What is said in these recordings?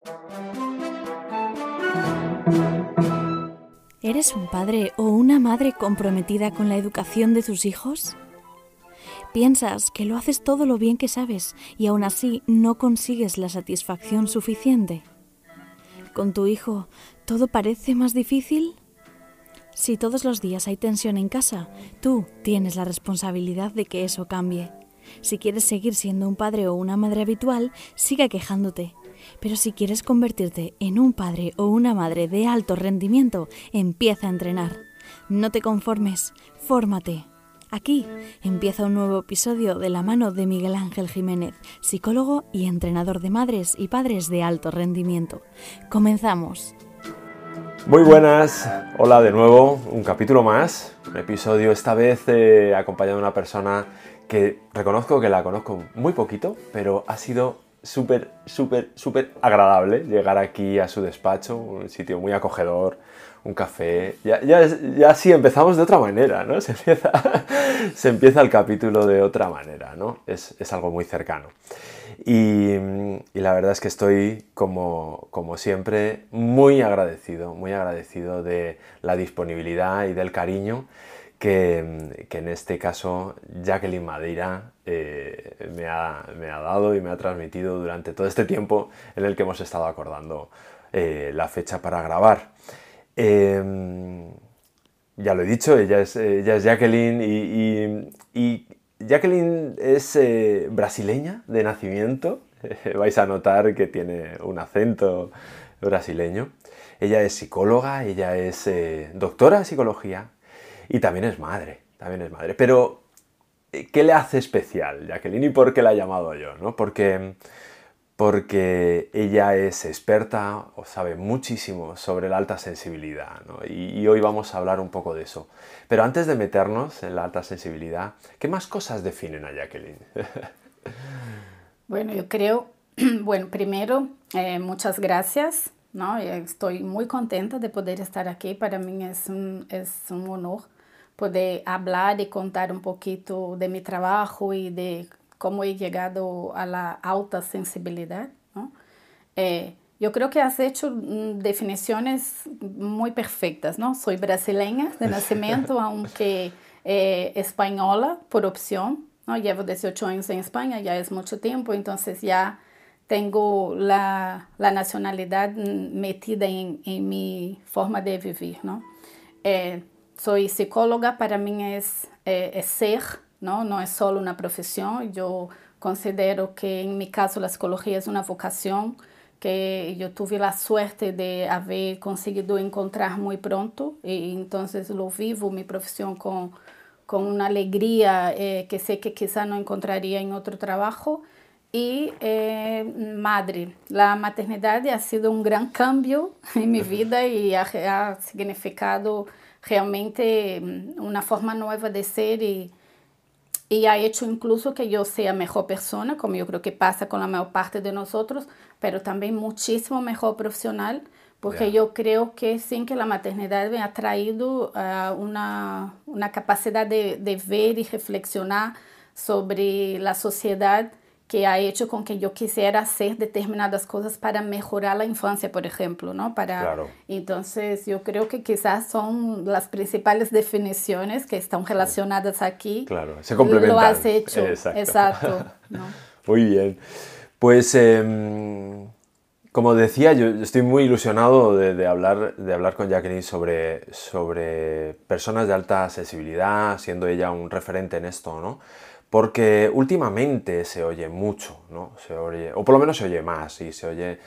¿Eres un padre o una madre comprometida con la educación de tus hijos? ¿Piensas que lo haces todo lo bien que sabes y aún así no consigues la satisfacción suficiente? ¿Con tu hijo todo parece más difícil? Si todos los días hay tensión en casa, tú tienes la responsabilidad de que eso cambie. Si quieres seguir siendo un padre o una madre habitual, sigue quejándote. Pero si quieres convertirte en un padre o una madre de alto rendimiento, empieza a entrenar. No te conformes, fórmate. Aquí empieza un nuevo episodio de la mano de Miguel Ángel Jiménez, psicólogo y entrenador de madres y padres de alto rendimiento. Comenzamos. Muy buenas, hola de nuevo, un capítulo más, un episodio esta vez acompañado de una persona que reconozco que la conozco muy poquito, pero ha sido súper agradable llegar aquí a su despacho, un sitio muy acogedor, un café. Ya sí empezamos de otra manera, ¿no? Se empieza el capítulo de otra manera, ¿no? Es algo muy cercano. Y la verdad es que estoy, como siempre, muy agradecido de la disponibilidad y del cariño que en este caso Jacqueline Madeira me ha dado y me ha transmitido durante todo este tiempo en el que hemos estado acordando la fecha para grabar. Ya lo he dicho, ella es Jacqueline y Jacqueline es brasileña de nacimiento. Vais a notar que tiene un acento brasileño. Ella es psicóloga, ella es doctora en psicología y también es madre. Pero, ¿qué le hace especial Jacqueline y por qué la he llamado yo, ¿no? Porque ella es experta o sabe muchísimo sobre la alta sensibilidad, ¿no? Y hoy vamos a hablar un poco de eso. Pero antes de meternos en la alta sensibilidad, ¿qué más cosas definen a Jacqueline? Bueno, yo creo, primero, muchas gracias, ¿no? Estoy muy contenta de poder estar aquí. Para mí es un honor poder hablar y contar un poquito de mi trabajo y de cómo he llegado a la alta sensibilidad, ¿no? Yo creo que has hecho definiciones muy perfectas, ¿no? Soy brasileña de nacimiento, aunque española por opción, ¿no? Llevo 18 años en España, ya es mucho tiempo, entonces ya tengo la nacionalidad metida en mi forma de vivir, ¿no? Soy psicóloga, para mí es ser, ¿no? No es solo una profesión. Yo considero que en mi caso la psicología es una vocación que yo tuve la suerte de haber conseguido encontrar muy pronto y entonces lo vivo mi profesión con una alegría que sé que quizá no encontraría en otro trabajo. Y madre, la maternidad ha sido un gran cambio en mi vida y ha significado realmente una forma nueva de ser y ha hecho incluso que yo sea mejor persona, como yo creo que pasa con la mayor parte de nosotros, pero también muchísimo mejor profesional, porque yo creo que sí, que la maternidad me ha traído una capacidad de ver y reflexionar sobre la sociedad que ha hecho con que yo quisiera hacer determinadas cosas para mejorar la infancia, por ejemplo, ¿no? Claro. Entonces, yo creo que quizás son las principales definiciones que están relacionadas aquí. Claro, se complementan. Lo has hecho. Exacto. ¿No? Muy bien. Pues, como decía, yo estoy muy ilusionado de hablar con Jacqueline sobre personas de alta sensibilidad, siendo ella un referente en esto, ¿no? Porque últimamente se oye mucho, ¿no? O por lo menos se oye más, y se oye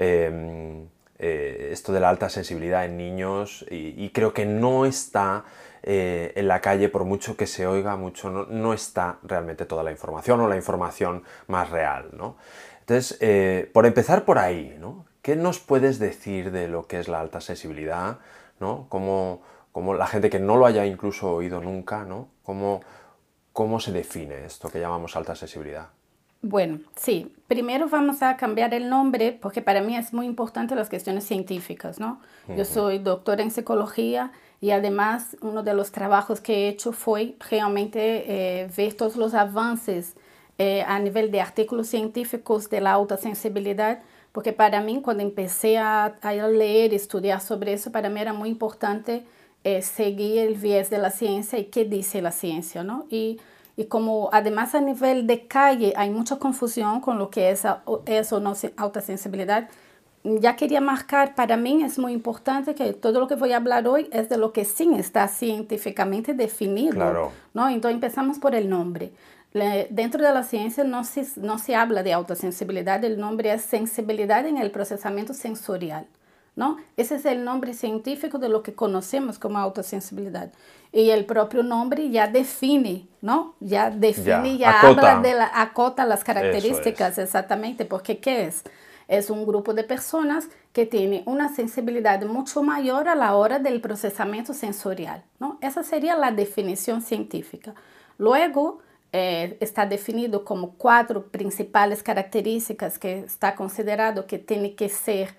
esto de la alta sensibilidad en niños, y creo que no está en la calle, por mucho que se oiga mucho, no está realmente toda la información o la información más real, ¿no? Entonces, por empezar por ahí, ¿no? ¿Qué nos puedes decir de lo que es la alta sensibilidad, ¿no? Como la gente que no lo haya incluso oído nunca, ¿no? ¿Cómo se define esto que llamamos alta sensibilidad? Bueno, sí. Primero vamos a cambiar el nombre porque para mí es muy importante las cuestiones científicas, ¿no? Yo soy doctora en psicología y además uno de los trabajos que he hecho fue realmente ver todos los avances a nivel de artículos científicos de la alta sensibilidad, porque para mí cuando empecé a leer y estudiar sobre eso, para mí era muy importante seguir el viés de la ciencia y qué dice la ciencia, ¿no? Y como además a nivel de calle hay mucha confusión con lo que es o no alta sensibilidad, ya quería marcar, para mí es muy importante que todo lo que voy a hablar hoy es de lo que sí está científicamente definido, claro. ¿no? Entonces empezamos por el nombre. Dentro de la ciencia no se habla de alta sensibilidad, el nombre es sensibilidad en el procesamiento sensorial, ¿no? Ese es el nombre científico de lo que conocemos como alta sensibilidad. Y el propio nombre ya define, ¿no? Ya define, ya acota. habla acota las características, exactamente, porque ¿qué es? Es un grupo de personas que tiene una sensibilidad mucho mayor a la hora del procesamiento sensorial, ¿no? Esa sería la definición científica. Luego, está definido como 4 principales características que está considerado que tiene que ser,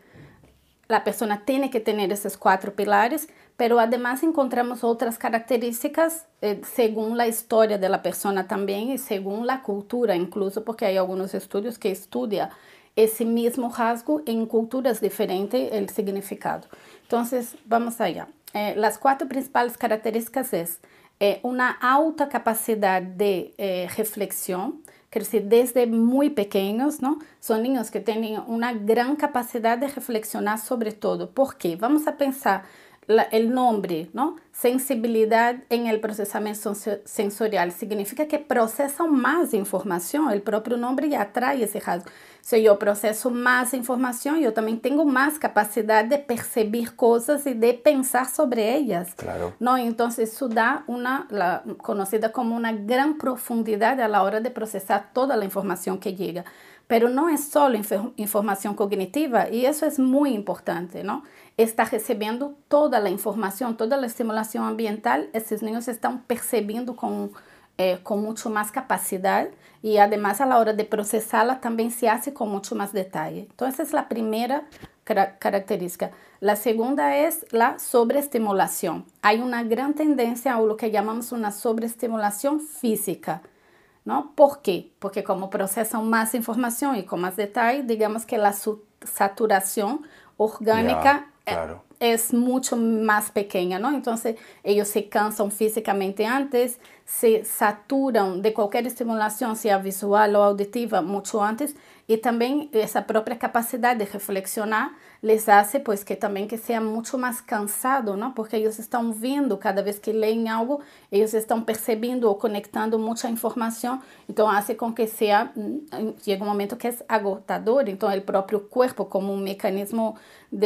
la persona tiene que tener esos 4 pilares, pero además encontramos otras características según la historia de la persona también y según la cultura, incluso porque hay algunos estudios que estudian ese mismo rasgo en culturas diferentes el significado. Entonces, vamos allá. Las 4 principales características es una alta capacidad de reflexión, quer decir, desde muy pequeños, ¿no? Son niños que tienen una gran capacidad de reflexionar sobre todo. ¿Por qué? Vamos a pensar el nombre, ¿no? Sensibilidad en el procesamiento sensorial significa que procesan más información. El propio nombre ya trae ese rasgo. Si yo proceso más información, yo también tengo más capacidad de percibir cosas y de pensar sobre ellas. Claro. ¿No? Entonces eso da conocida como una gran profundidad a la hora de procesar toda la información que llega. Pero no es solo información cognitiva y eso es muy importante, ¿no? Está recibiendo toda la información, toda la estimulación ambiental, esos niños están percibiendo con mucho más capacidad y además a la hora de procesarla también se hace con mucho más detalle. Entonces, esa es la primera característica. La segunda es la sobreestimulación. Hay una gran tendencia a lo que llamamos una sobreestimulación física, ¿no? ¿Por qué? Porque como procesan más información y con más detalle, digamos que la saturación orgánica claro. es mucho más pequeña, ¿no? Entonces, ellos se cansan físicamente antes, se saturan de cualquier estimulación, sea visual o auditiva, mucho antes, y también esa propia capacidad de reflexionar les hace pues que también que sea mucho más cansado, ¿no? Porque ellos están viendo cada vez que leen algo, ellos están percibiendo o conectando mucha información, entonces hace con que sea, llega un momento que es agotador, entonces el propio cuerpo como un mecanismo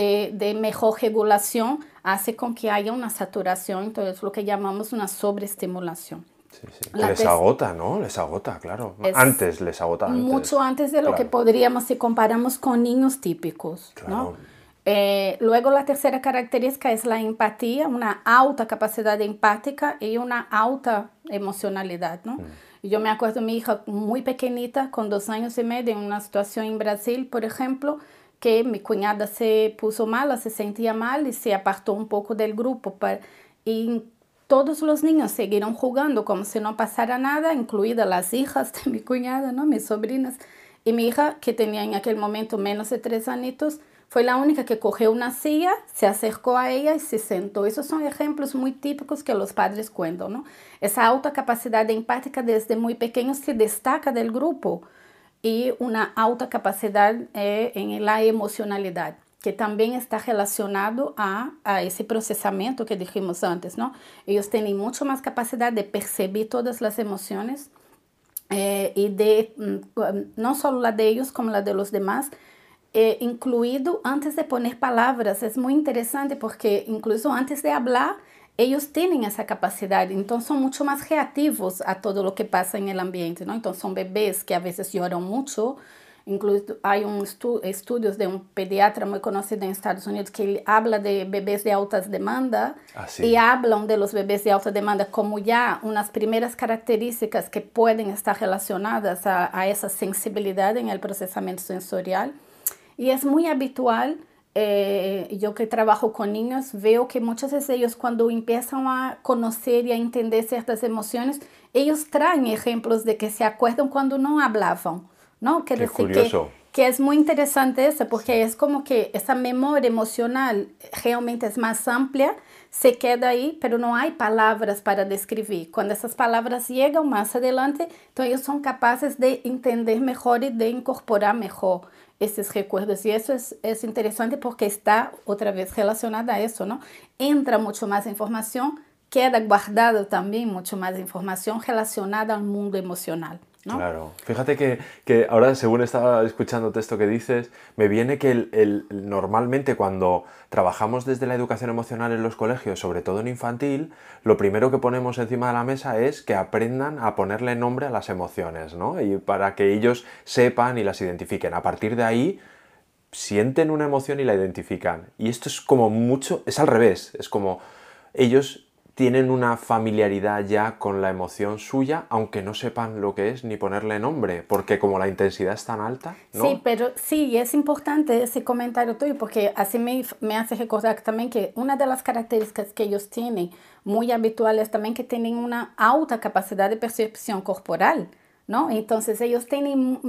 de mejor regulación hace con que haya una saturación, entonces lo que llamamos una sobreestimulación. Sí, sí. Les agota, ¿no? Les agota, claro. Antes les agota. Antes. Mucho antes de lo que podríamos si comparamos con niños típicos, claro. ¿no? Luego la tercera característica es la empatía, una alta capacidad empática y una alta emocionalidad, ¿no? Y yo me acuerdo de mi hija muy pequeñita, con 2 años y medio, en una situación en Brasil, por ejemplo, que mi cuñada se puso mala, se sentía mal y se apartó un poco del grupo. Y todos los niños siguieron jugando como si no pasara nada, incluidas las hijas de mi cuñada, ¿no? Mis sobrinas. Y mi hija, que tenía en aquel momento menos de 3 añitos, fue la única que cogió una silla, se acercó a ella y se sentó. Esos son ejemplos muy típicos que los padres cuentan, ¿no? Esa alta capacidad empática desde muy pequeño se destaca del grupo y una alta capacidad en la emocionalidad, que también está relacionado a ese procesamiento que dijimos antes, ¿no? Ellos tienen mucho más capacidad de percibir todas las emociones y de, no solo la de ellos como la de los demás, incluido antes de poner palabras. Es muy interesante porque incluso antes de hablar, ellos tienen esa capacidad, entonces son mucho más reactivos a todo lo que pasa en el ambiente, ¿no? Entonces son bebés que a veces lloran mucho. Incluso hay estudios de un pediatra muy conocido en Estados Unidos que habla de bebés de alta demanda y hablan de los bebés de alta demanda como ya unas primeras características que pueden estar relacionadas a esa sensibilidad en el procesamiento sensorial. Y es muy habitual yo que trabajo con niños, veo que muchos de ellos cuando empiezan a conocer y a entender ciertas emociones, ellos traen ejemplos de que se acuerdan cuando no hablaban, ¿no? Qué curioso. Que es muy interesante eso, porque es como que esa memoria emocional realmente es más amplia, se queda ahí, pero no hay palabras para describir. Cuando esas palabras llegan más adelante, entonces ellos son capaces de entender mejor y de incorporar mejor esses recuerdos. Y eso es interesante porque está otra vez relacionada a eso, ¿no? Entra mucho más información, queda guardado también mucho más información relacionada al mundo emocional, ¿no? Claro. Fíjate que ahora, según estaba escuchándote esto que dices, me viene que normalmente cuando trabajamos desde la educación emocional en los colegios, sobre todo en infantil, lo primero que ponemos encima de la mesa es que aprendan a ponerle nombre a las emociones, ¿no? Y para que ellos sepan y las identifiquen. A partir de ahí, sienten una emoción y la identifican. Y esto es como mucho, es al revés, es como ellos tienen una familiaridad ya con la emoción suya, aunque no sepan lo que es ni ponerle nombre, porque como la intensidad es tan alta, ¿no? Sí, pero sí, es importante ese comentario tuyo, porque así me hace recordar también que una de las características que ellos tienen muy habituales también que tienen una alta capacidad de percepción corporal, ¿no? Entonces ellos tienen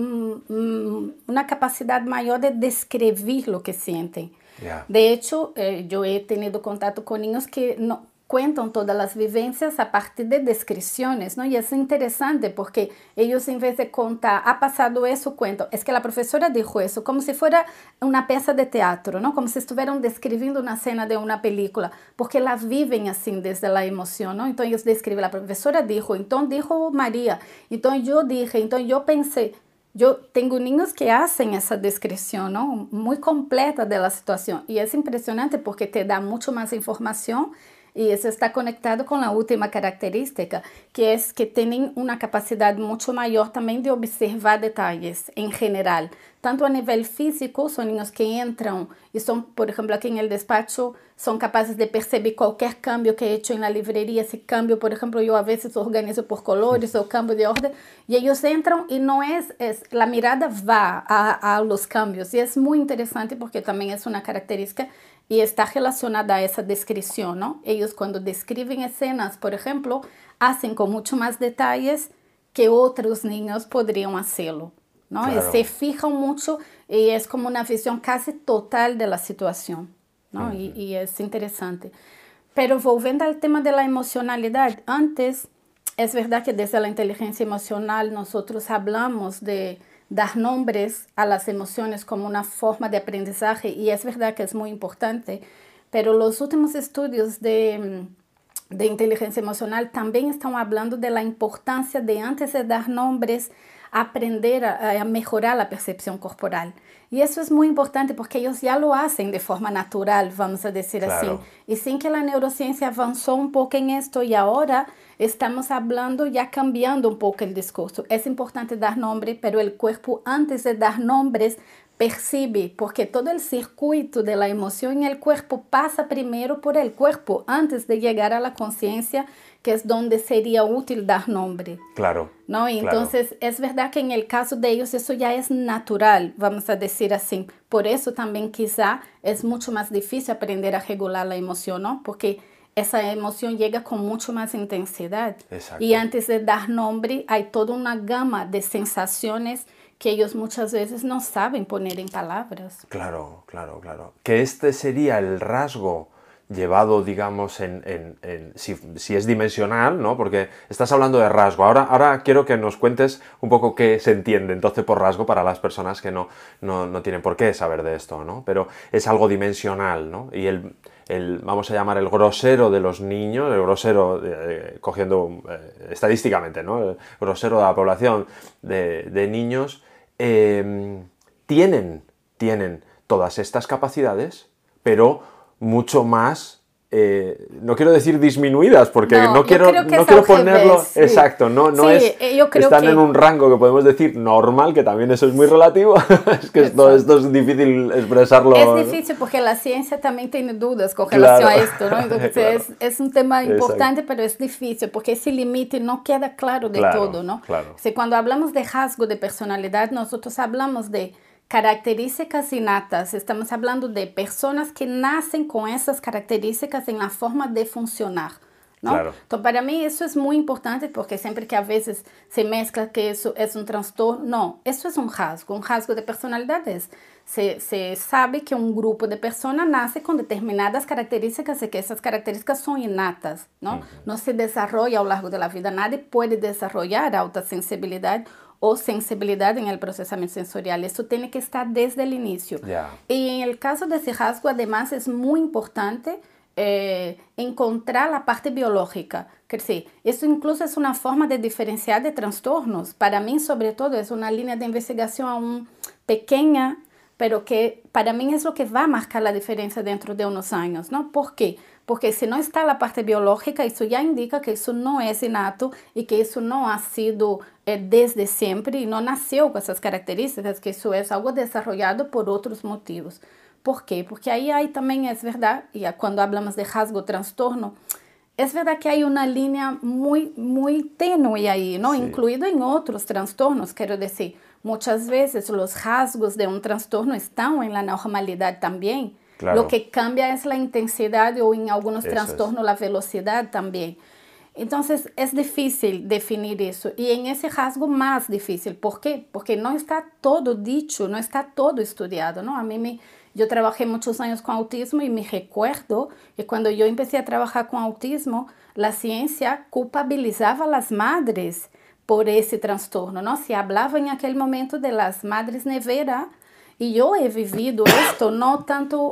una capacidad mayor de describir lo que sienten. Yeah. De hecho, yo he tenido contacto con niños que no cuentan todas las vivencias a partir de descripciones, ¿no? Y es interesante porque ellos en vez de contar, ha pasado eso, cuentan, es que la profesora dijo eso, como si fuera una pieza de teatro, ¿no? Como si estuvieran describiendo una escena de una película, porque la viven así desde la emoción, ¿no? Entonces ellos describen, la profesora dijo, entonces dijo María, entonces yo dije, entonces yo pensé. Yo tengo niños que hacen esa descripción, ¿no? Muy completa de la situación y es impresionante porque te da mucho más información. Y eso está conectado con la última característica, que es que tienen una capacidad mucho mayor también de observar detalles en general. Tanto a nivel físico, son niños que entran y son, por ejemplo, aquí en el despacho, son capaces de percibir cualquier cambio que he hecho en la librería. Ese cambio, por ejemplo, yo a veces organizo por colores o cambio de orden. Y ellos entran y no la mirada va a los cambios. Y es muy interesante porque también es una característica y está relacionada a esa descripción, ¿no? Ellos cuando describen escenas, por ejemplo, hacen con mucho más detalles que otros niños podrían hacerlo, ¿no? Claro. Y se fijan mucho y es como una visión casi total de la situación, ¿no? Y es interesante. Pero volviendo al tema de la emocionalidad, antes es verdad que desde la inteligencia emocional nosotros hablamos de dar nombres a las emociones como una forma de aprendizaje y es verdad que es muy importante, pero los últimos estudios de inteligencia emocional también están hablando de la importancia de antes de dar nombres aprender a mejorar la percepción corporal. Y eso es muy importante porque ellos ya lo hacen de forma natural, vamos a decir así. Y sin que la neurociencia avanzó un poco en esto y ahora estamos hablando, ya cambiando un poco el discurso. Es importante dar nombre, pero el cuerpo antes de dar nombres percibe, porque todo el circuito de la emoción en el cuerpo pasa primero por el cuerpo antes de llegar a la conciencia, que es donde sería útil dar nombre. Claro. ¿No? Y entonces es verdad que en el caso de ellos eso ya es natural, vamos a decir así. Por eso también quizá es mucho más difícil aprender a regular la emoción, ¿no? Porque esa emoción llega con mucho más intensidad. Exacto. Y antes de dar nombre hay toda una gama de sensaciones que ellos muchas veces no saben poner en palabras. Claro, claro, claro. Que este sería el rasgo llevado, digamos, si es dimensional, ¿no? Porque estás hablando de rasgo. Ahora quiero que nos cuentes un poco qué se entiende entonces por rasgo para las personas que no tienen por qué saber de esto, ¿no? Pero es algo dimensional, ¿no? Y vamos a llamar el grosero de los niños, el grosero, cogiendo estadísticamente, ¿no? El grosero de la población de niños tienen todas estas capacidades, pero mucho más, no quiero decir disminuidas, porque no quiero ponerlo... Sí. Exacto, no sí, están en un rango que podemos decir normal, que también eso es muy relativo. Es que esto es difícil expresarlo. Es difícil porque la ciencia también tiene dudas con relación a esto, ¿no? Entonces claro. es un tema importante, pero es difícil porque ese límite no queda claro de todo, ¿no? Claro. O sea, cuando hablamos de rasgo de personalidad, nosotros hablamos de características innatas, estamos hablando de personas que nacen con esas características en la forma de funcionar, ¿no? Claro. Entonces, para mí eso es muy importante porque siempre que a veces se mezcla que eso es un trastorno, no, eso es un rasgo de personalidad se sabe que un grupo de personas nace con determinadas características y que esas características son innatas, ¿no? No se desarrolla a lo largo de la vida, nadie puede desarrollar alta sensibilidad o sensibilidad en el procesamiento sensorial. Eso tiene que estar desde el inicio. Yeah. Y en el caso de ese rasgo, además, es muy importante encontrar la parte biológica. Quer dizer, eso incluso es una forma de diferenciar de trastornos. Para mí, sobre todo, es una línea de investigación aún pequeña, pero que para mí es lo que va a marcar la diferencia dentro de unos años, ¿no? ¿Por qué? Porque si no está la parte biológica, eso ya indica que eso no es innato y que eso no ha sido desde siempre y no nació con esas características, que eso es algo desarrollado por otros motivos. ¿Por qué? Porque ahí también es verdad, y cuando hablamos de rasgo trastorno, es verdad que hay una línea muy, muy tenue ahí, ¿no? Sí. Incluido en otros trastornos, quiero decir, muchas veces los rasgos de un trastorno están en la normalidad también. Claro. Lo que cambia es la intensidad o en algunos trastornos la velocidad también. Entonces es difícil definir eso y en ese rasgo más difícil. ¿Por qué? Porque no está todo dicho, no está todo estudiado, ¿no? Yo trabajé muchos años con autismo y me recuerdo que cuando yo empecé a trabajar con autismo, la ciencia culpabilizaba a las madres por ese trastorno, ¿no? Se hablaba en aquel momento de las madres nevera y yo he vivido esto, no tanto,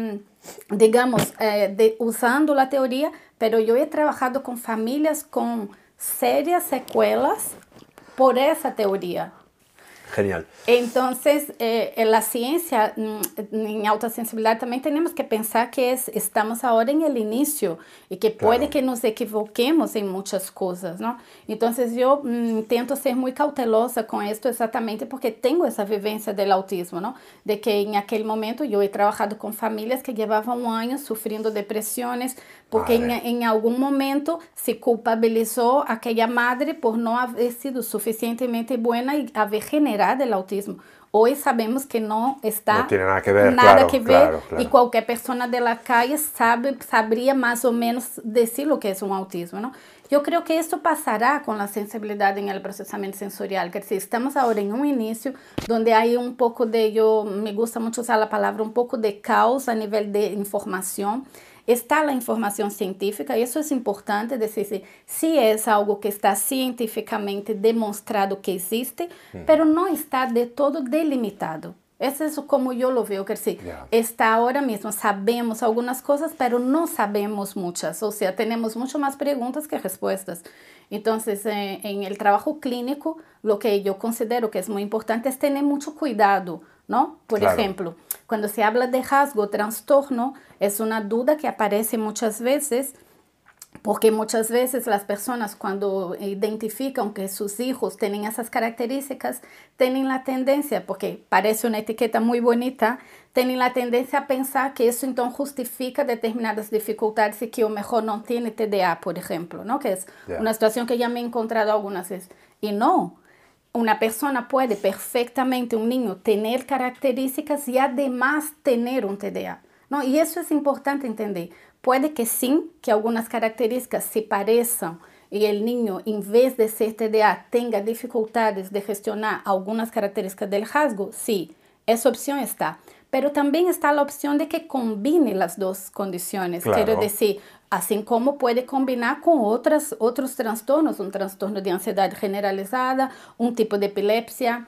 digamos, usando la teoría, pero yo he trabajado con familias con serias secuelas por esa teoría. Genial. Entonces, la ciencia, en alta sensibilidad también tenemos que pensar que estamos ahora en el inicio y que puede que nos equivoquemos en muchas cosas, ¿no? Entonces, yo intento ser muy cautelosa con esto exactamente porque tengo esa vivencia del autismo, ¿no? De que en aquel momento yo he trabajado con familias que llevaban años sufriendo depresiones porque en algún momento se culpabilizó a aquella madre por no haber sido suficientemente buena y haber generado el autismo. Hoy sabemos que no está no tiene nada que ver, claro. Y cualquier persona de la calle sabría más o menos decir lo que es un autismo, ¿no? Yo creo que esto pasará con la sensibilidad en el procesamiento sensorial, que si estamos ahora en un inicio donde hay un poco de, me gusta mucho usar la palabra, un poco de caos a nivel de información. Está la información científica, y eso es importante decir, sí es algo que está científicamente demostrado que existe, pero no está de todo delimitado. Eso es como yo lo veo, que sí, está ahora mismo, sabemos algunas cosas, pero no sabemos muchas, o sea, tenemos mucho más preguntas que respuestas. Entonces, en el trabajo clínico, lo que yo considero que es muy importante es tener mucho cuidado, ¿no? Por ejemplo, cuando se habla de rasgo o trastorno, es una duda que aparece muchas veces, porque muchas veces las personas cuando identifican que sus hijos tienen esas características, tienen la tendencia, porque parece una etiqueta muy bonita, tienen la tendencia a pensar que eso entonces justifica determinadas dificultades y que o mejor no tiene TDA, por ejemplo, ¿no? Que es una situación que ya me he encontrado algunas veces. Y no. Una persona puede perfectamente, un niño, tener características y además tener un TDA, ¿no? Y eso es importante entender. Puede que sí, que algunas características se parezcan y el niño, en vez de ser TDA, tenga dificultades de gestionar algunas características del rasgo, sí, esa opción está. Pero también está la opción de que combine las dos condiciones. Claro. Quiero decir, así como puede combinar con otros trastornos, un trastorno de ansiedad generalizada, un tipo de epilepsia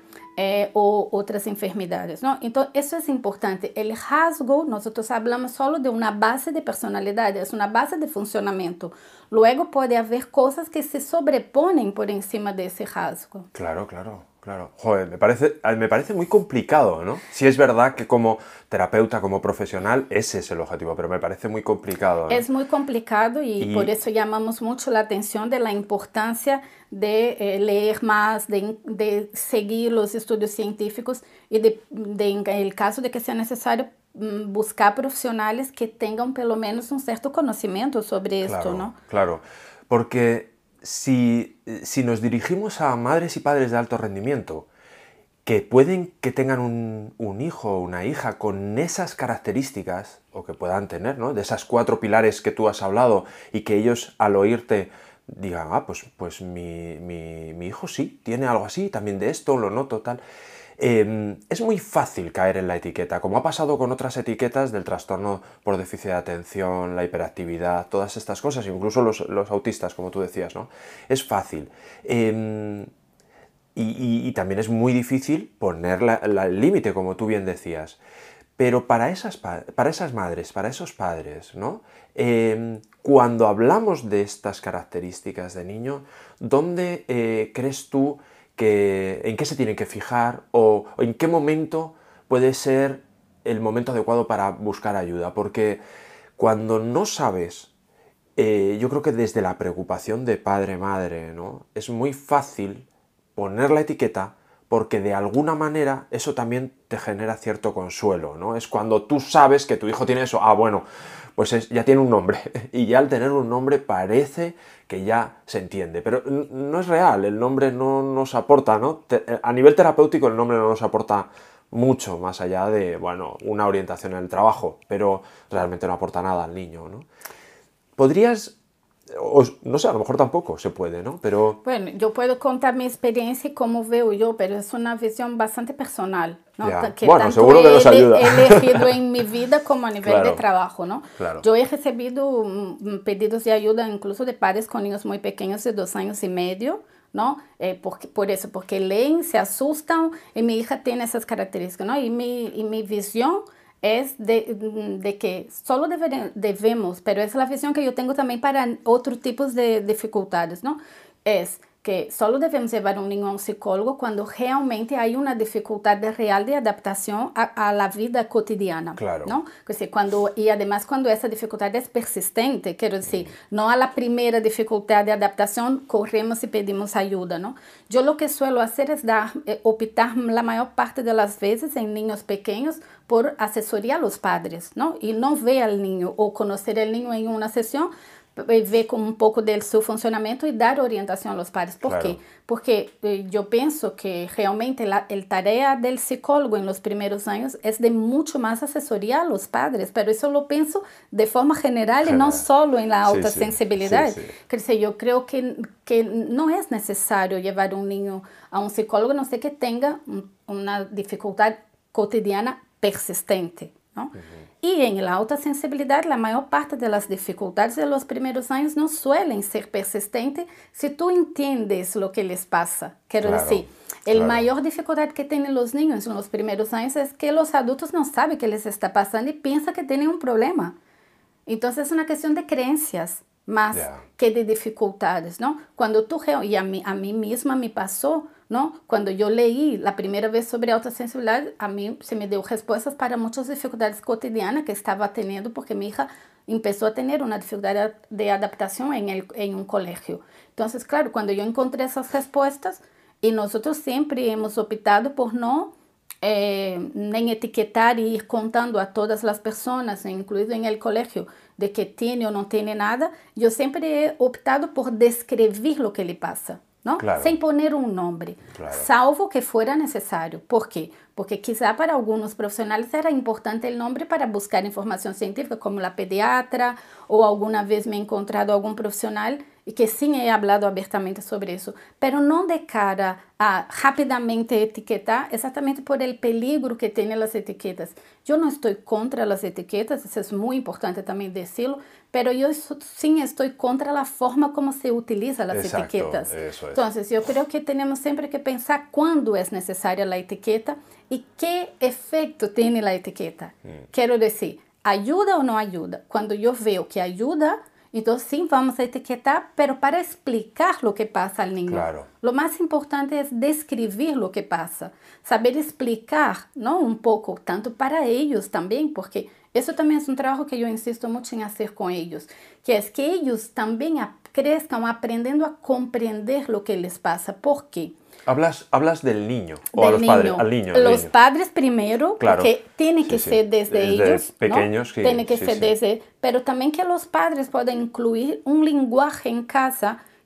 o otras enfermedades, ¿no? Entonces, eso es importante. El rasgo, nosotros hablamos solo de una base de personalidad, es una base de funcionamiento. Luego puede haber cosas que se sobreponen por encima de ese rasgo. Claro. Joder, me parece muy complicado, ¿no? Sí es verdad que como terapeuta, como profesional, ese es el objetivo, pero me parece muy complicado, ¿no? Es muy complicado y por eso llamamos mucho la atención de la importancia de leer más, de seguir los estudios científicos y en el caso de que sea necesario buscar profesionales que tengan pelo menos un cierto conocimiento sobre esto, ¿no? Claro, porque si nos dirigimos a madres y padres de alto rendimiento que pueden que tengan un hijo o una hija con esas características, o que puedan tener, ¿no? De esas 4 pilares que tú has hablado, y que ellos al oírte digan, pues mi hijo sí, tiene algo así, también de esto, lo noto, tal. Es muy fácil caer en la etiqueta, como ha pasado con otras etiquetas del trastorno por déficit de atención, la hiperactividad, todas estas cosas, incluso los autistas, como tú decías, ¿no? Es fácil. Y también es muy difícil poner el límite, como tú bien decías. Pero para esas madres, para esos padres, ¿no? Cuando hablamos de estas características de niño, ¿dónde crees tú en qué se tienen que fijar, o en qué momento puede ser el momento adecuado para buscar ayuda? Porque cuando no sabes, yo creo que desde la preocupación de padre-madre, ¿no? Es muy fácil poner la etiqueta, porque de alguna manera eso también te genera cierto consuelo, ¿no? Es cuando tú sabes que tu hijo tiene eso, bueno, pues ya tiene un nombre, y ya al tener un nombre parece que ya se entiende, pero no es real, el nombre no nos aporta, ¿no? A nivel terapéutico el nombre no nos aporta mucho, más allá de, bueno, una orientación en el trabajo, pero realmente no aporta nada al niño, ¿no? ¿Podrías...? No sé, a lo mejor tampoco se puede, ¿no? Pero... Bueno, yo puedo contar mi experiencia y cómo veo yo, pero es una visión bastante personal, ¿no? Que bueno, tanto seguro que nos ayuda. He elegido en mi vida como a nivel de trabajo, ¿no? Claro. Yo he recibido pedidos de ayuda incluso de padres con niños muy pequeños de 2 años y medio, ¿no? Porque leen, se asustan, y mi hija tiene esas características, ¿no? Y mi visión es de que solo debemos, pero es la visión que yo tengo también para otros tipos de dificultades, ¿no? Es que solo debemos llevar un niño a un psicólogo cuando realmente hay una dificultad real de adaptación a la vida cotidiana, claro, ¿no? Y además cuando esa dificultad es persistente, quiero decir, no a la primera dificultad de adaptación corremos y pedimos ayuda, ¿no? Yo lo que suelo hacer es optar la mayor parte de las veces en niños pequeños por asesoría a los padres, ¿no? Y no ver al niño o conocer al niño en una sesión, ver como un poco de su funcionamiento y dar orientación a los padres. ¿Por qué? Porque yo pienso que realmente el tarea del psicólogo en los primeros años es de mucho más asesoría a los padres, pero eso lo pienso de forma general y no solo en la alta sensibilidad. Sí. Yo creo que no es necesario llevar un niño a un psicólogo, a no ser que tenga una dificultad cotidiana persistente, ¿no? Y en la alta sensibilidad, la mayor parte de las dificultades de los primeros años no suelen ser persistentes si tú entiendes lo que les pasa. Quiero decir, la mayor dificultad que tienen los niños en los primeros años es que los adultos no saben qué les está pasando y piensan que tienen un problema. Entonces es una cuestión de creencias más que de dificultades, ¿no? Cuando tú, y a mí misma me pasó, ¿no? Cuando yo leí la primera vez sobre alta sensibilidad, a mí se me dio respuestas para muchas dificultades cotidianas que estaba teniendo porque mi hija empezó a tener una dificultad de adaptación en un colegio. Entonces, claro, cuando yo encontré esas respuestas, y nosotros siempre hemos optado por no nem etiquetar e ir contando a todas as pessoas, incluído em el colegio, de que tiene ou não tiene nada, eu sempre he optado por descrever o que lhe passa, ¿no? Claro. Sem poner um nome, claro. Salvo que fuera necessário. ¿Por quê? Porque quizá para alguns profissionais era importante o nome para buscar informação científica, como a pediatra, ou alguma vez me he encontrado algum profissional e que sim he hablado abertamente sobre isso, pero não de cara a rapidamente etiquetar, exatamente por el peligro que tem as etiquetas. Eu não estou contra as etiquetas, isso é muito importante também decirlo, pero eu sim estou contra a forma como se utiliza as etiquetas. Então, eu creio que temos sempre que pensar quando é necessária a etiqueta e que efeito tem a etiqueta. Quero dizer, ajuda ou não ajuda? Quando eu vejo que ajuda, então sim, vamos a etiquetar, pero para explicar o que passa ao niño. Claro. Lo mais importante é descrever o que passa, saber explicar, não, um pouco, tanto para eles também, porque isso também é um trabalho que eu insisto muito em fazer com eles, que é que eles também cresçam aprendendo a compreender o que les passa. ¿Por qué? Hablas del niño o a los padres, al niño. Los padres primero, claro. Porque tiene que ser desde ellos, pequeños, ¿no? Tiene que ser desde, pero también que los padres puedan incluir un lenguaje en casa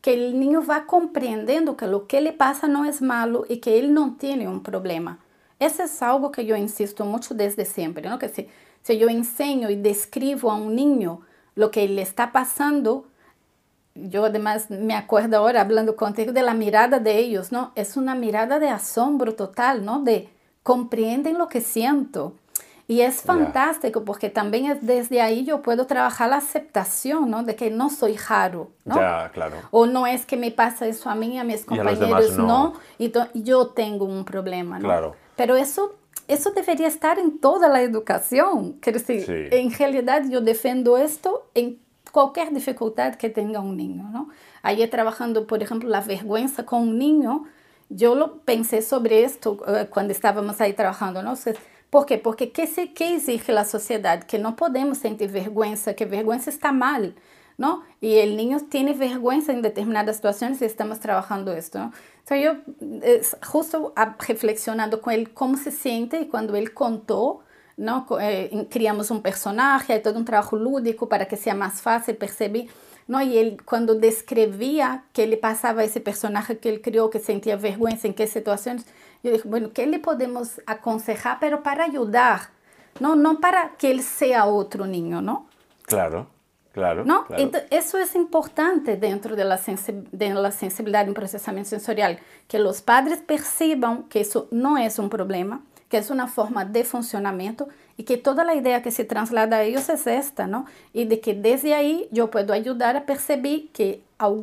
que el niño va comprendiendo que lo que le pasa no es malo y que él no tiene un problema. Eso es algo que yo insisto mucho desde siempre, ¿no? Que si yo enseño y describo a un niño lo que le está pasando, yo además me acuerdo ahora hablando contigo de la mirada de ellos, ¿no? Es una mirada de asombro total, ¿no? De comprenden lo que siento. Y es fantástico porque también es desde ahí yo puedo trabajar la aceptación, ¿no? De que no soy raro, ¿no? Ya, claro. O no es que me pasa eso a mí, a mis compañeros, no. Y yo tengo un problema, ¿no? Claro. Pero eso debería estar en toda la educación. Quiero decir, Sí. En realidad yo defiendo esto en cualquier dificultad que tenga un niño, ¿no? Ayer trabajando, por ejemplo, la vergüenza con un niño, yo lo pensé sobre esto cuando estábamos ahí trabajando, ¿no? ¿Por qué? Porque ¿qué exige la sociedad? Que no podemos sentir vergüenza, que vergüenza está mal, ¿no? Y el niño tiene vergüenza en determinadas situaciones y estamos trabajando esto, ¿no? Entonces yo justo reflexionando con él cómo se siente y cuando él contó, ¿no? Criamos un personaje, hay todo un trabajo lúdico para que sea más fácil percibir, ¿no? Y él cuando describía qué le pasaba a ese personaje que él creó, que sentía vergüenza, en qué situaciones, yo dije, bueno, ¿qué le podemos aconsejar? Pero para ayudar, no para que él sea otro niño, ¿no? Claro. Claro, ¿no? claro. Entonces, eso es importante dentro de la sensibilidad en procesamiento sensorial, que los padres perciban que eso no es un problema, que es una forma de funcionamiento y que toda la idea que se traslada a ellos es esta, ¿no? Y de que desde ahí yo puedo ayudar a percibir que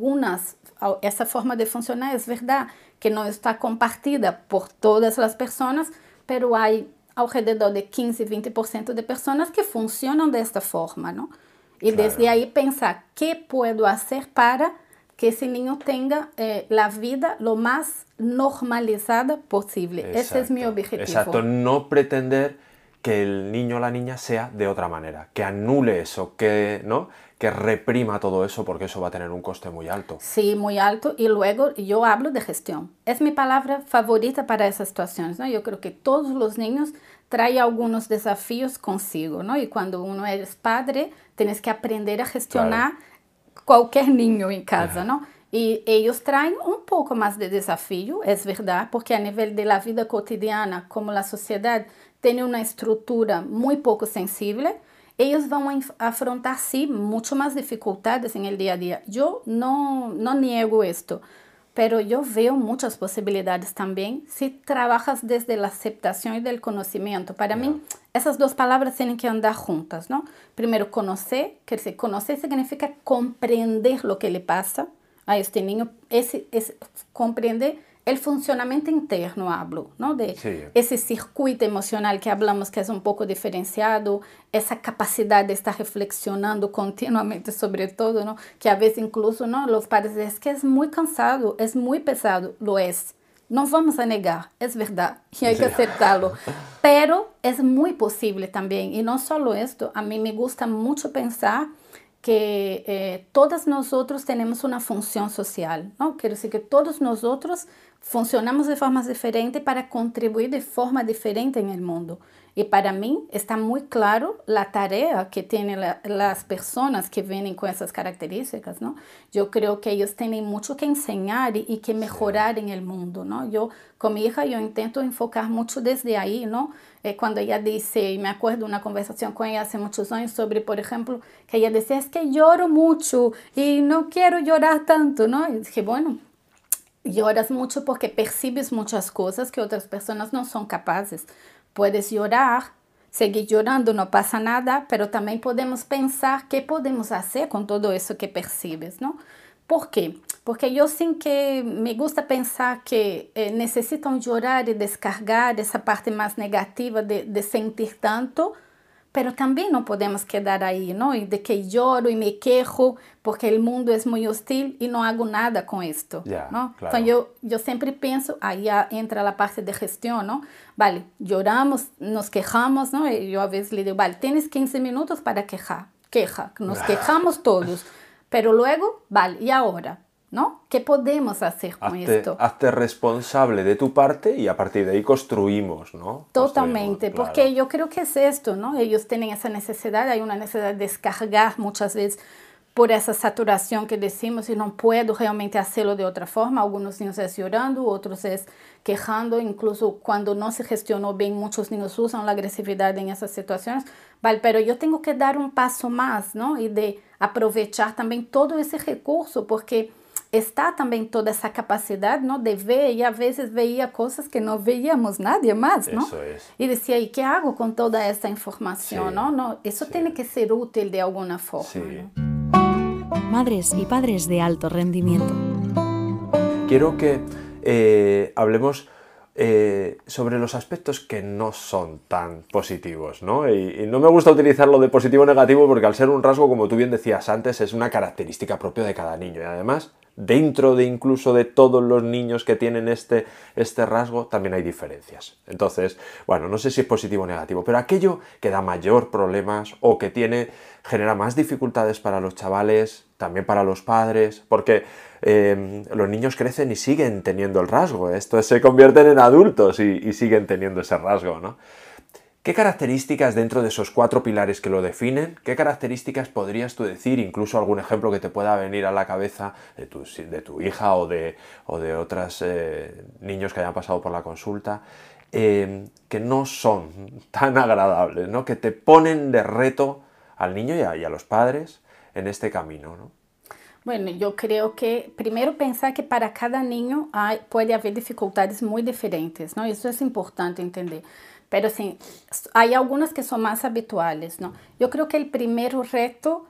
esa forma de funcionar es verdad, que no está compartida por todas las personas, pero hay alrededor de 15-20% de personas que funcionan de esta forma, ¿no? Y claro. Desde ahí pensar qué puedo hacer para que ese niño tenga la vida lo más normalizada posible. Exacto. Ese es mi objetivo. Exacto, no pretender que el niño o la niña sea de otra manera, que anule eso, ¿no? Que reprima todo eso, porque eso va a tener un coste muy alto. Sí, muy alto. Y luego yo hablo de gestión. Es mi palabra favorita para esas situaciones, ¿no? Yo creo que todos los niños traen algunos desafíos consigo, ¿no? Y cuando uno es padre, tienes que aprender a gestionar cualquier niño en casa, ¿no? Y ellos traen un poco más de desafío, es verdad, porque a nivel de la vida cotidiana, como la sociedad tiene una estructura muy poco sensible, ellos van a afrontar, sí, mucho más dificultades en el día a día. Yo no niego esto, pero yo veo muchas posibilidades también si trabajas desde la aceptación y del conocimiento. Para mí, esas dos palabras tienen que andar juntas, ¿no? Primero, conocer, que decir, conocer significa comprender lo que le pasa a este niño, comprender el funcionamiento interno, hablo, ¿no? De ese circuito emocional que hablamos que es un poco diferenciado, esa capacidad de estar reflexionando continuamente sobre todo, ¿no? Que a veces incluso, ¿no? Los padres dicen, es que es muy cansado, es muy pesado, lo es. No vamos a negar, es verdad, y hay que aceptarlo. Pero es muy posible también, y no solo esto, a mí me gusta mucho pensar que todos nosotros tenemos una función social, ¿no? Quiero decir que todos nosotros funcionamos de formas diferentes para contribuir de forma diferente en el mundo. Y para mí está muy claro la tarea que tienen las personas que vienen con esas características, ¿no? Yo creo que ellos tienen mucho que enseñar y que mejorar en el mundo, ¿no? Yo, con mi hija, yo intento enfocar mucho desde ahí, ¿no? Cuando ella dice, y me acuerdo de una conversación con ella hace muchos años sobre, por ejemplo, que ella decía, es que lloro mucho y no quiero llorar tanto, ¿no? Y dije, bueno, lloras mucho porque percibes muchas cosas que otras personas no son capaces. Puedes llorar, seguir llorando, no pasa nada, pero también podemos pensar qué podemos hacer con todo eso que percibes, ¿no? ¿Por qué? Porque yo sin que me gusta pensar que necesitan llorar y descargar esa parte más negativa de sentir tanto, pero también no podemos quedar ahí, ¿no? Y de que lloro y me quejo porque el mundo es muy hostil y no hago nada con esto, ¿no? Claro. Entonces yo siempre pienso, ahí entra la parte de gestión, ¿no? Vale, lloramos, nos quejamos, ¿no? Y yo a veces le digo, vale, tienes 15 minutos para queja, nos quejamos todos, pero luego, vale, ¿y ahora? ¿No? ¿Qué podemos hacer con esto? Hazte responsable de tu parte y a partir de ahí construimos, ¿no? Totalmente, claro. Porque yo creo que es esto, ¿no? Ellos tienen esa necesidad, hay una necesidad de descargar muchas veces por essa saturação que decimos e não puedo realmente hacerlo de outra forma. Alguns niños é chorando, outros é quejando, incluso quando não se gestionou bem, muitos niños usam a agressividade em essas situações. Vale, pero eu tenho que dar um passo mais, não? E de aproveitar também todo esse recurso, porque está também toda essa capacidade, não, de ver, e às vezes veia coisas que não veíamos nadie mais, não? Eso es. E dizia, e que hago com toda essa informação, Sí, não? Não, isso sí. tem que ser útil de alguma forma. Sí. Madres y padres de alto rendimiento. Quiero que hablemos sobre los aspectos que no son tan positivos, ¿no? Y no me gusta utilizar lo de positivo o negativo porque al ser un rasgo, como tú bien decías antes, es una característica propia de cada niño. Y además, dentro de incluso de todos los niños que tienen este rasgo, también hay diferencias. Entonces, bueno, no sé si es positivo o negativo, pero aquello que da mayor problemas o que genera más dificultades para los chavales, también para los padres, porque los niños crecen y siguen teniendo el rasgo. Estos se convierten en adultos y siguen teniendo ese rasgo, ¿no? ¿Qué características dentro de esos 4 pilares que lo definen, qué características podrías tú decir, incluso algún ejemplo que te pueda venir a la cabeza de tu hija o de otros niños que hayan pasado por la consulta, que no son tan agradables, ¿no? Que te ponen de reto al niño y a los padres en este camino, ¿no? Bueno, eu creio que, primeiro, pensar que para cada niño pode haver dificuldades muito diferentes, não? Isso é importante entender. Pero, assim, há algumas que são mais habituais, não? Eu creio que o primeiro reto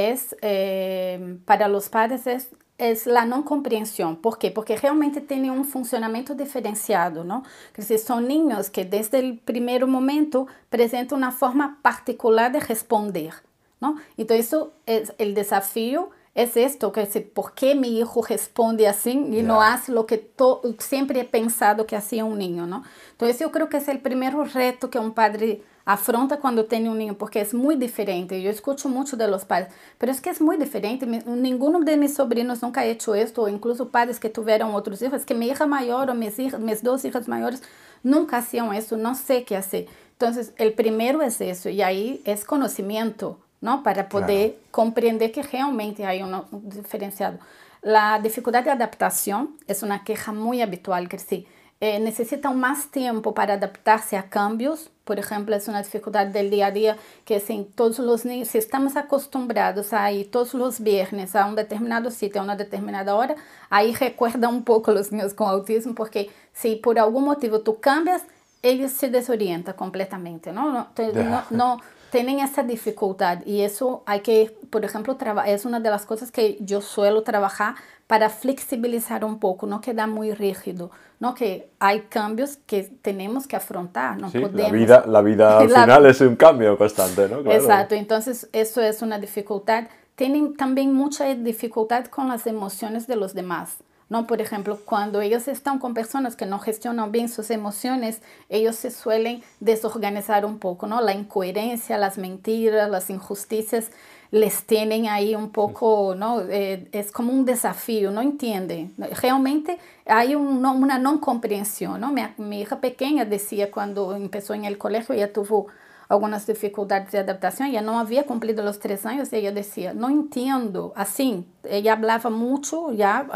para os padres é a não compreensão. Por quê? Porque realmente tem um funcionamento diferenciado, não? Quer dizer, são niños que desde o primeiro momento apresentam uma forma particular de responder, não? Então, isso é o desafio. Es esto, que es por qué mi hijo responde así y no hace lo que siempre he pensado que hacía un niño, ¿no? Entonces yo creo que es el primer reto que un padre afronta cuando tiene un niño, porque es muy diferente. Yo escucho mucho de los padres, pero es que es muy diferente. Ninguno de mis sobrinos nunca ha hecho esto, o incluso padres que tuvieron otros hijos. Es que mi hija mayor o mis 2 hijas mayores nunca hacían eso, no sé qué hacer. Entonces, el primero es eso, y ahí es conocimiento, ¿no? Para poder compreender que realmente hay un diferenciado. La dificultad de adaptación es una queja muy habitual, que sí, necesitan más tiempo para adaptarse a cambios. Por ejemplo, es una dificultad del día a día que todos los niños, si estamos acostumbrados a ir todos los viernes a un determinado sitio, a una determinada hora, ahí recuerda un poco los niños con autismo, porque si por algún motivo tú cambias, ellos se desorientan completamente, ¿no? No tienen esa dificultad, y eso hay que, por ejemplo, es una de las cosas que yo suelo trabajar para flexibilizar un poco, no quedar muy rígido, ¿no? Que hay cambios que tenemos que afrontar, no podemos... La vida al final es un cambio constante, ¿no? Claro. Exacto, entonces eso es una dificultad. Tienen también mucha dificultad con las emociones de los demás, ¿no? Por ejemplo, cuando ellos están con personas que no gestionan bien sus emociones, ellos se suelen desorganizar un poco, ¿no? La incoherencia, las mentiras, las injusticias les tienen ahí un poco, ¿no? Es como un desafío, no entienden. Realmente hay una no comprensión, ¿no? Mi hija pequeña decía, cuando empezó en el colegio, ella tuvo algunas dificultades de adaptación, ella no había cumplido los 3 años, y ella decía, no entiendo, así, ella hablaba mucho ya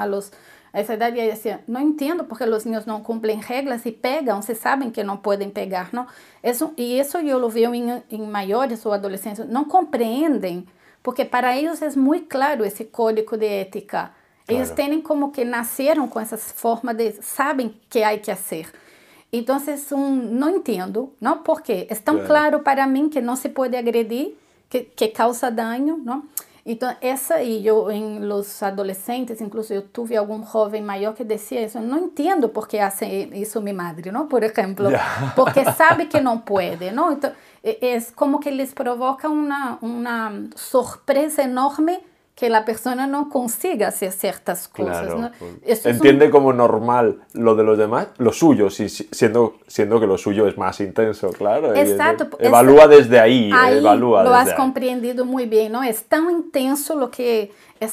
a esa edad, ella decía, no entiendo porque los niños no cumplen reglas y pegan, se saben que no pueden pegar, ¿no? Eso yo lo veo en mayores o adolescentes, no comprenden, porque para ellos es muy claro ese código de ética. Ellos tienen como que nacieron con esas formas saben qué hay que hacer. Entonces, no entiendo, ¿no? Porque es tan claro para mí que no se puede agredir, que causa daño, ¿no? Entonces, y yo en los adolescentes, incluso yo tuve algún joven mayor que decía eso, no entiendo por qué hace eso mi madre, ¿no? Por ejemplo, porque sabe que no puede, ¿no? Entonces, es como que les provoca una sorpresa enorme que la persona no consiga hacer ciertas cosas, claro, ¿no? Entiende como normal lo de los demás, lo suyo, siendo que lo suyo es más intenso, claro. Exacto. Evalúa desde ahí. Lo has comprendido muy bien, ¿no? Es tan intenso lo que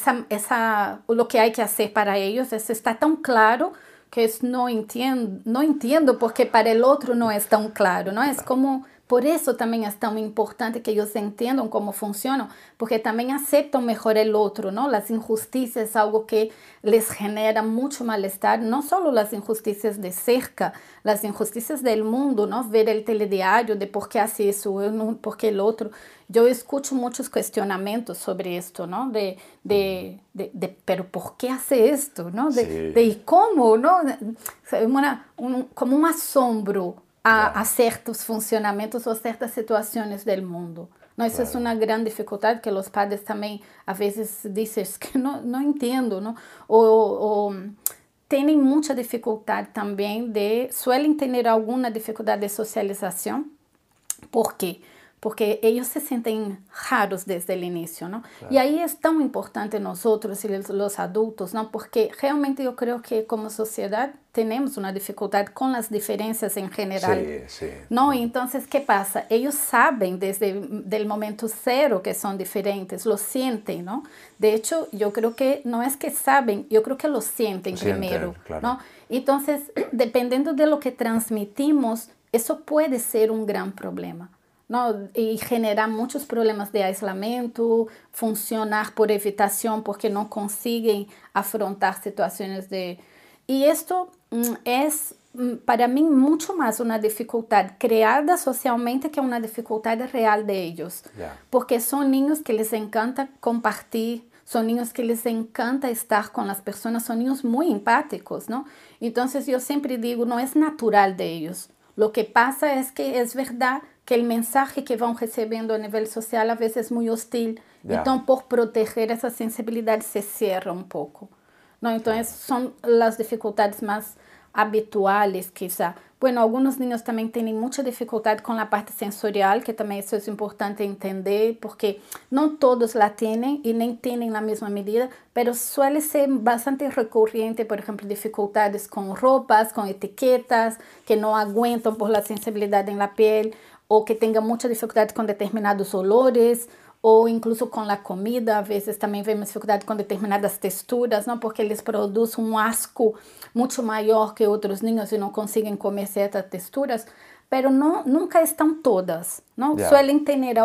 hay que hacer para ellos, está tan claro que no entiendo porque para el otro no es tan claro, ¿no? Es como Por eso también es tan importante que ellos entiendan cómo funcionan, porque también aceptan mejor el otro, ¿no? Las injusticias es algo que les genera mucho malestar, no solo las injusticias de cerca, las injusticias del mundo, ¿no? Ver el telediario de por qué hace eso, por qué el otro. Yo escucho muchos cuestionamientos sobre esto, ¿no? Pero ¿por qué hace esto, no? ¿Y cómo, no? Como un asombro a ciertos funcionamientos o ciertas situaciones del mundo. ¿No? Eso es una gran dificultad que los padres también a veces dicen, es que no entiendo, ¿no? O tienen mucha dificultad también suelen tener alguna dificultad de socialización. ¿Por qué? Porque ellos se sienten raros desde el inicio, ¿no? Claro. Y ahí es tan importante nosotros y los adultos, ¿no? Porque realmente yo creo que como sociedad tenemos una dificultad con las diferencias en general, sí. ¿no? Entonces, ¿qué pasa? Ellos saben desde el momento cero que son diferentes, lo sienten, ¿no? De hecho, yo creo que no es que saben, yo creo que lo sienten primero, claro. ¿No? Entonces, dependiendo de lo que transmitimos, eso puede ser un gran problema, ¿no? Y generar muchos problemas de aislamiento, funcionar por evitación porque no consiguen afrontar situaciones de... Y esto es, para mí, mucho más una dificultad creada socialmente que una dificultad real de ellos. Yeah. Porque son niños que les encanta compartir, son niños que les encanta estar con las personas, son niños muy empáticos, ¿no? Entonces yo siempre digo, no es natural de ellos. Lo que pasa es que es verdad que el mensaje que van recibiendo a nivel social a veces es muy hostil. Yeah. Entonces, por proteger esa sensibilidad, se cierra un poco, ¿no? Entonces, son las dificultades más habituales, quizá. Bueno, algunos niños también tienen mucha dificultad con la parte sensorial, que también eso es importante entender, porque no todos la tienen y ni tienen la misma medida, pero suele ser bastante recurrente, por ejemplo, dificultades con ropas, con etiquetas, que no aguentan por la sensibilidad en la piel, o que tengan mucha dificultad con determinados olores, ou incluso com a comida, a vezes também vemos dificuldade com determinadas texturas, não? Porque eles produzem um asco muito maior que outros ninhos e não conseguem comer certas texturas, pero nunca estão todas, não? Yeah. Suelen ter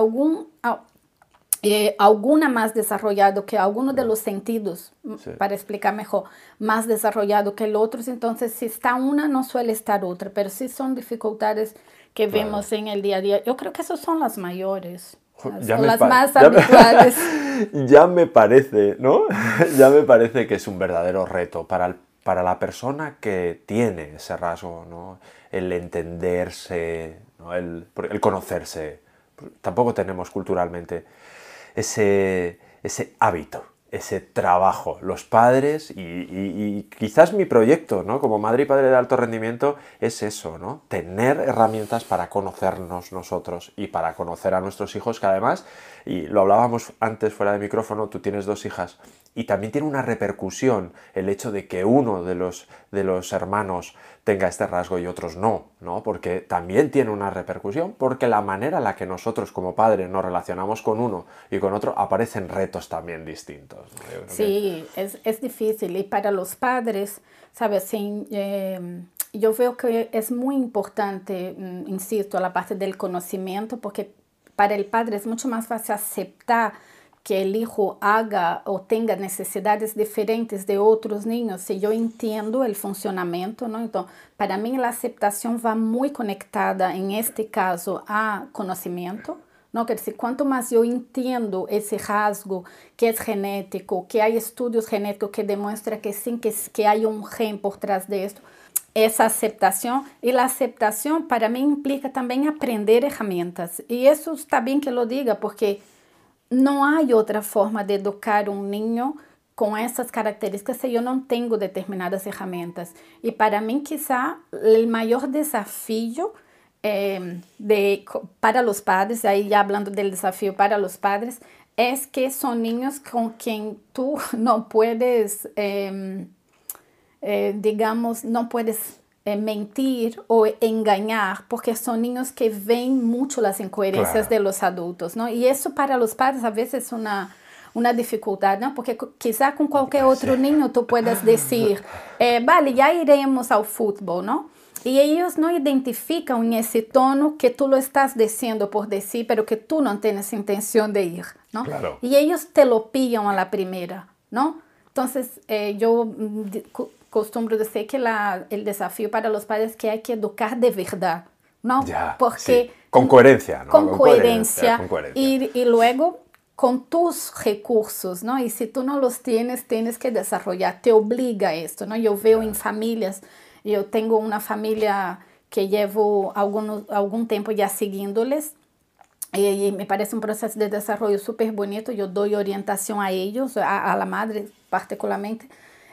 alguna más desarrollado que alguno de los sentidos, sí. Para explicar mejor, más desarrollado que el otro, entonces si está una no suele estar otra, pero sí son dificultades que vemos en el día a día. Yo creo que esas son las mayores. Las más habituales. Ya me parece, ¿no? Ya me parece que es un verdadero reto para la persona que tiene ese rasgo, ¿no? El entenderse, ¿no? El conocerse. Tampoco tenemos culturalmente ese hábito, ese trabajo. Los padres y quizás mi proyecto, ¿no? Como madre y padre de alto rendimiento es eso, ¿no? Tener herramientas para conocernos nosotros y para conocer a nuestros hijos, que además, y lo hablábamos antes fuera de micrófono, tú tienes 2 hijas y también tiene una repercusión el hecho de que uno de los hermanos tenga este rasgo y otros no, porque también tiene una repercusión, porque la manera en la que nosotros como padres nos relacionamos con uno y con otro aparecen retos también distintos, ¿no? Sí, es difícil y para los padres, ¿sabes? Sí, yo veo que es muy importante, insisto, la parte del conocimiento, porque para el padre es mucho más fácil aceptar que el hijo haga o tenga necesidades diferentes de otros niños, si yo entiendo el funcionamiento, ¿no? Entonces, para mí la aceptación va muy conectada, en este caso, a conocimiento, ¿no? Quer dizer, cuanto más yo entiendo ese rasgo que es genético, que hay estudios genéticos que demuestran que sí, que hay un gen por trás de esto, esa aceptación, y la aceptación para mí implica también aprender herramientas, y eso está bien que lo diga, porque no hay otra forma de educar un niño con esas características si yo no tengo determinadas herramientas. Y para mí quizá el mayor desafío para los padres, ahí ya hablando del desafío para los padres, es que son niños con quien tú no puedes, digamos, no puedes mentir o engañar, porque son niños que ven mucho las incoherencias de los adultos, ¿no? Y eso para los padres a veces es una dificultad, ¿no? Porque quizá con cualquier otro niño tú puedes decir, vale, ya iremos al fútbol, ¿no? Y ellos no identifican en ese tono que tú lo estás diciendo por decir, pero que tú no tienes intención de ir, ¿no? Claro. Y ellos te lo pillan a la primera, ¿no? Entonces, yo costumbro decir que el desafío para los padres es que hay que educar de verdad, ¿no? Ya, porque sí. Con coherencia, ¿no? Con coherencia. Con coherencia. Y luego con tus recursos, ¿no? Y si tú no los tienes, tienes que desarrollar, te obliga a esto, ¿no? Yo veo en familias, yo tengo una familia que llevo algún tiempo ya siguiéndoles y me parece un proceso de desarrollo súper bonito. Yo doy orientación a ellos, a la madre particularmente,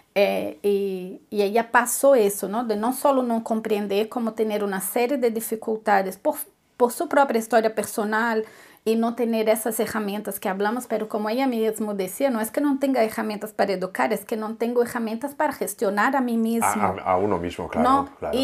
y ella pasó eso, ¿no? De no solo no comprender, como tener una serie de dificultades por su propia historia personal y no tener esas herramientas que hablamos, pero como ella mismo decía, no es que no tenga herramientas para educar, es que no tengo herramientas para gestionar a mí mismo. A uno mismo, claro. ¿No? Claro.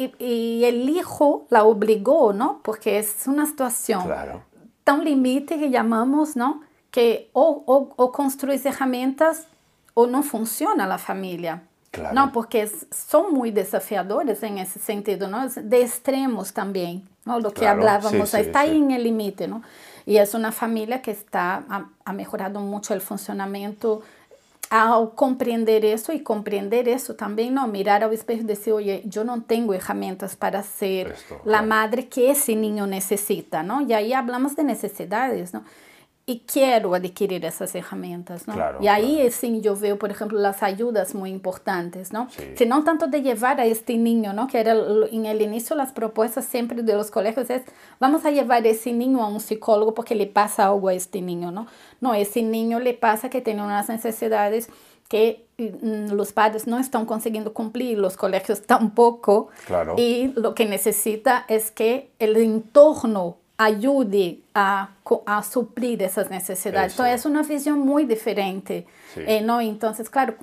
Y el hijo la obligó, ¿no? Porque es una situación tan límite que llamamos, ¿no? Que o construís herramientas o no funciona la familia. Claro. No, porque son muy desafiadores en ese sentido, ¿no? De extremos también, ¿no? Lo que hablábamos, está ahí en el límite, ¿no? Y es una familia que ha mejorado mucho el funcionamiento al comprender eso y comprender eso también, ¿no? Mirar al espejo y decir, oye, yo no tengo herramientas para ser la madre que ese niño necesita, ¿no? Y ahí hablamos de necesidades, ¿no? Y quiero adquirir esas herramientas, ¿no? Claro, y ahí sí yo veo, por ejemplo, las ayudas muy importantes, ¿no? Sí. Si no tanto de llevar a este niño, ¿no? Que era en el inicio las propuestas siempre de los colegios es, vamos a llevar ese niño a un psicólogo porque le pasa algo a este niño, ¿no? No, ese niño le pasa que tiene unas necesidades que los padres no están consiguiendo cumplir, los colegios tampoco. Claro. Y lo que necesita es que el entorno ayude a suplir esas necesidades. Eso. Entonces es una visión muy diferente, Sí. ¿no? Entonces, claro,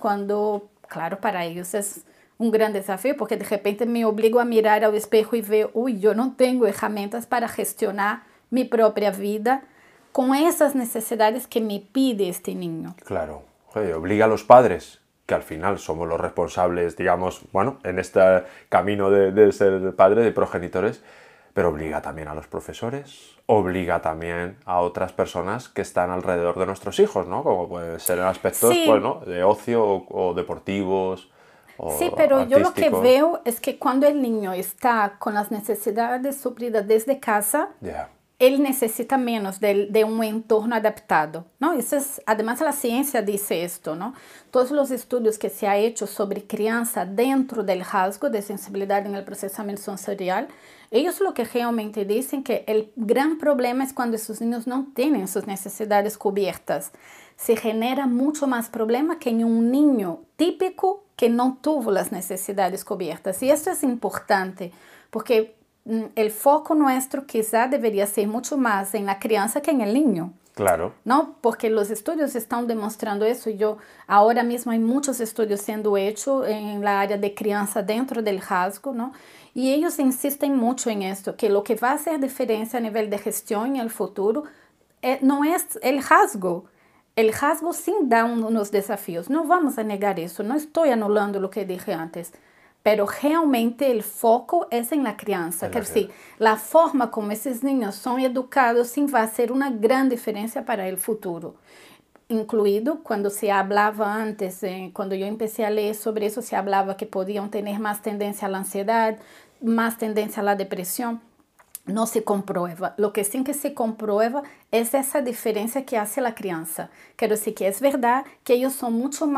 para ellos es un gran desafío porque de repente me obligo a mirar al espejo y veo, yo no tengo herramientas para gestionar mi propia vida con esas necesidades que me pide este niño. Claro. Oye, obliga a los padres, que al final somos los responsables, digamos, bueno, en este camino de ser padre, de progenitores, pero obliga también a los profesores, obliga también a otras personas que están alrededor de nuestros hijos, ¿no? Como puede ser en aspectos, Sí. pues, ¿no? De ocio o deportivos o Sí, pero yo lo que artísticos. veo es que cuando el niño está con las necesidades suplidas desde casa, Ya. él necesita menos de un entorno adaptado, ¿no? Eso es, además la ciencia dice esto, ¿no? Todos los estudios que se ha hecho sobre crianza dentro del rasgo de sensibilidad en el procesamiento sensorial, ellos lo que realmente dicen que el gran problema es cuando esos niños no tienen sus necesidades cubiertas. Se genera mucho más problema que en un niño típico que no tuvo las necesidades cubiertas. Y esto es importante porque el foco nuestro quizá debería ser mucho más en la crianza que en el niño. Claro. ¿No? Porque los estudios están demostrando eso. Ahora mismo hay muchos estudios siendo hechos en la área de crianza dentro del rasgo, ¿no? Y ellos insisten mucho en esto, que lo que va a hacer diferencia a nivel de gestión en el futuro no es el rasgo. El rasgo sí da unos desafíos. No vamos a negar eso. No estoy anulando lo que dije antes. Pero realmente el foco es en la crianza. Quer decir, la forma como esses niños son educados sim vai ser uma grande diferença para o futuro. Incluído quando se hablava antes, quando eu comecei a ler sobre isso, se hablava que podiam ter mais tendência à ansiedade, mais tendência à depressão. No se comprueba. Lo que sí que se comprueba es esa diferencia que hace la crianza. Quiero decir que es verdad que ellos son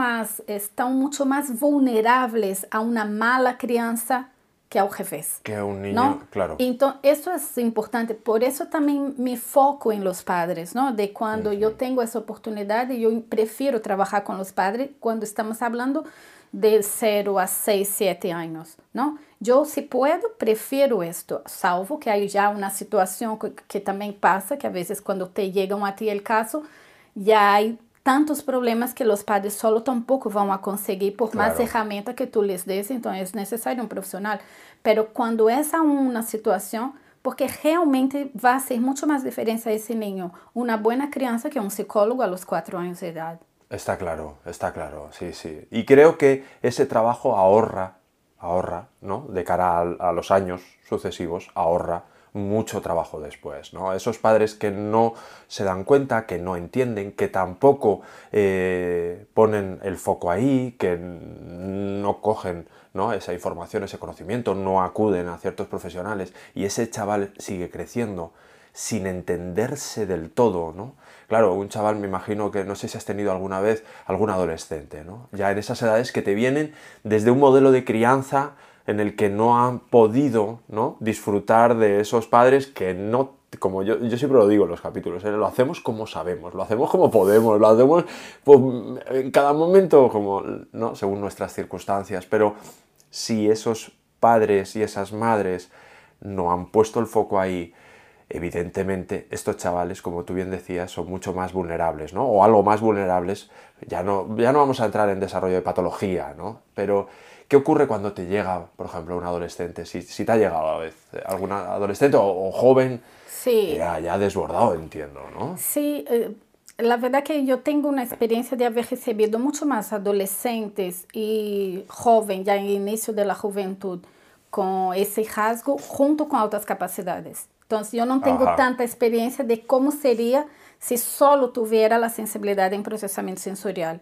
están mucho más vulnerables a una mala crianza que al revés. Que a un niño, ¿no? claro. Entonces, eso es importante. Por eso también me foco en los padres, ¿no? De cuando yo tengo esa oportunidad, yo prefiero trabajar con los padres cuando estamos hablando de 0 a 6, 7 años, ¿no? Yo, si puedo, prefiero esto, salvo que hay ya una situación que también pasa, que a veces cuando te llegan a ti el caso, ya hay tantos problemas que los padres solo tampoco van a conseguir por más herramientas que tú les des, entonces es necesario un profesional. Pero cuando es una situación, porque realmente va a hacer mucho más diferencia a ese niño una buena crianza que un psicólogo a los 4 años de edad. Está claro, sí, sí. Y creo que ese trabajo ahorra ahorra, ¿no? De cara a los años sucesivos, ahorra mucho trabajo después, ¿no? Esos padres que no se dan cuenta, que no entienden, que tampoco ponen el foco ahí, que no cogen, ¿no? Esa información, ese conocimiento, no acuden a ciertos profesionales y ese chaval sigue creciendo sin entenderse del todo, ¿no? Claro, un chaval, me imagino que, no sé si has tenido alguna vez algún adolescente, ¿no? Ya en esas edades que te vienen desde un modelo de crianza en el que no han podido, ¿no? Disfrutar de esos padres que no, como yo siempre lo digo en los capítulos, lo hacemos como sabemos, lo hacemos como podemos, lo hacemos pues, en cada momento como, ¿no? Según nuestras circunstancias, pero si esos padres y esas madres no han puesto el foco ahí, evidentemente estos chavales, como tú bien decías, son mucho más vulnerables, ¿no? O algo más vulnerables, ya no vamos a entrar en desarrollo de patología, ¿no? Pero, ¿qué ocurre cuando te llega, por ejemplo, un adolescente? Si te ha llegado a vez algún adolescente o joven, Sí. ya desbordado, entiendo, ¿no? Sí, la verdad que yo tengo una experiencia de haber recibido mucho más adolescentes y jóvenes ya en el inicio de la juventud con ese rasgo junto con altas capacidades. Entonces, yo no tengo Ajá. tanta experiencia de cómo sería si solo tuviera la sensibilidad en procesamiento sensorial.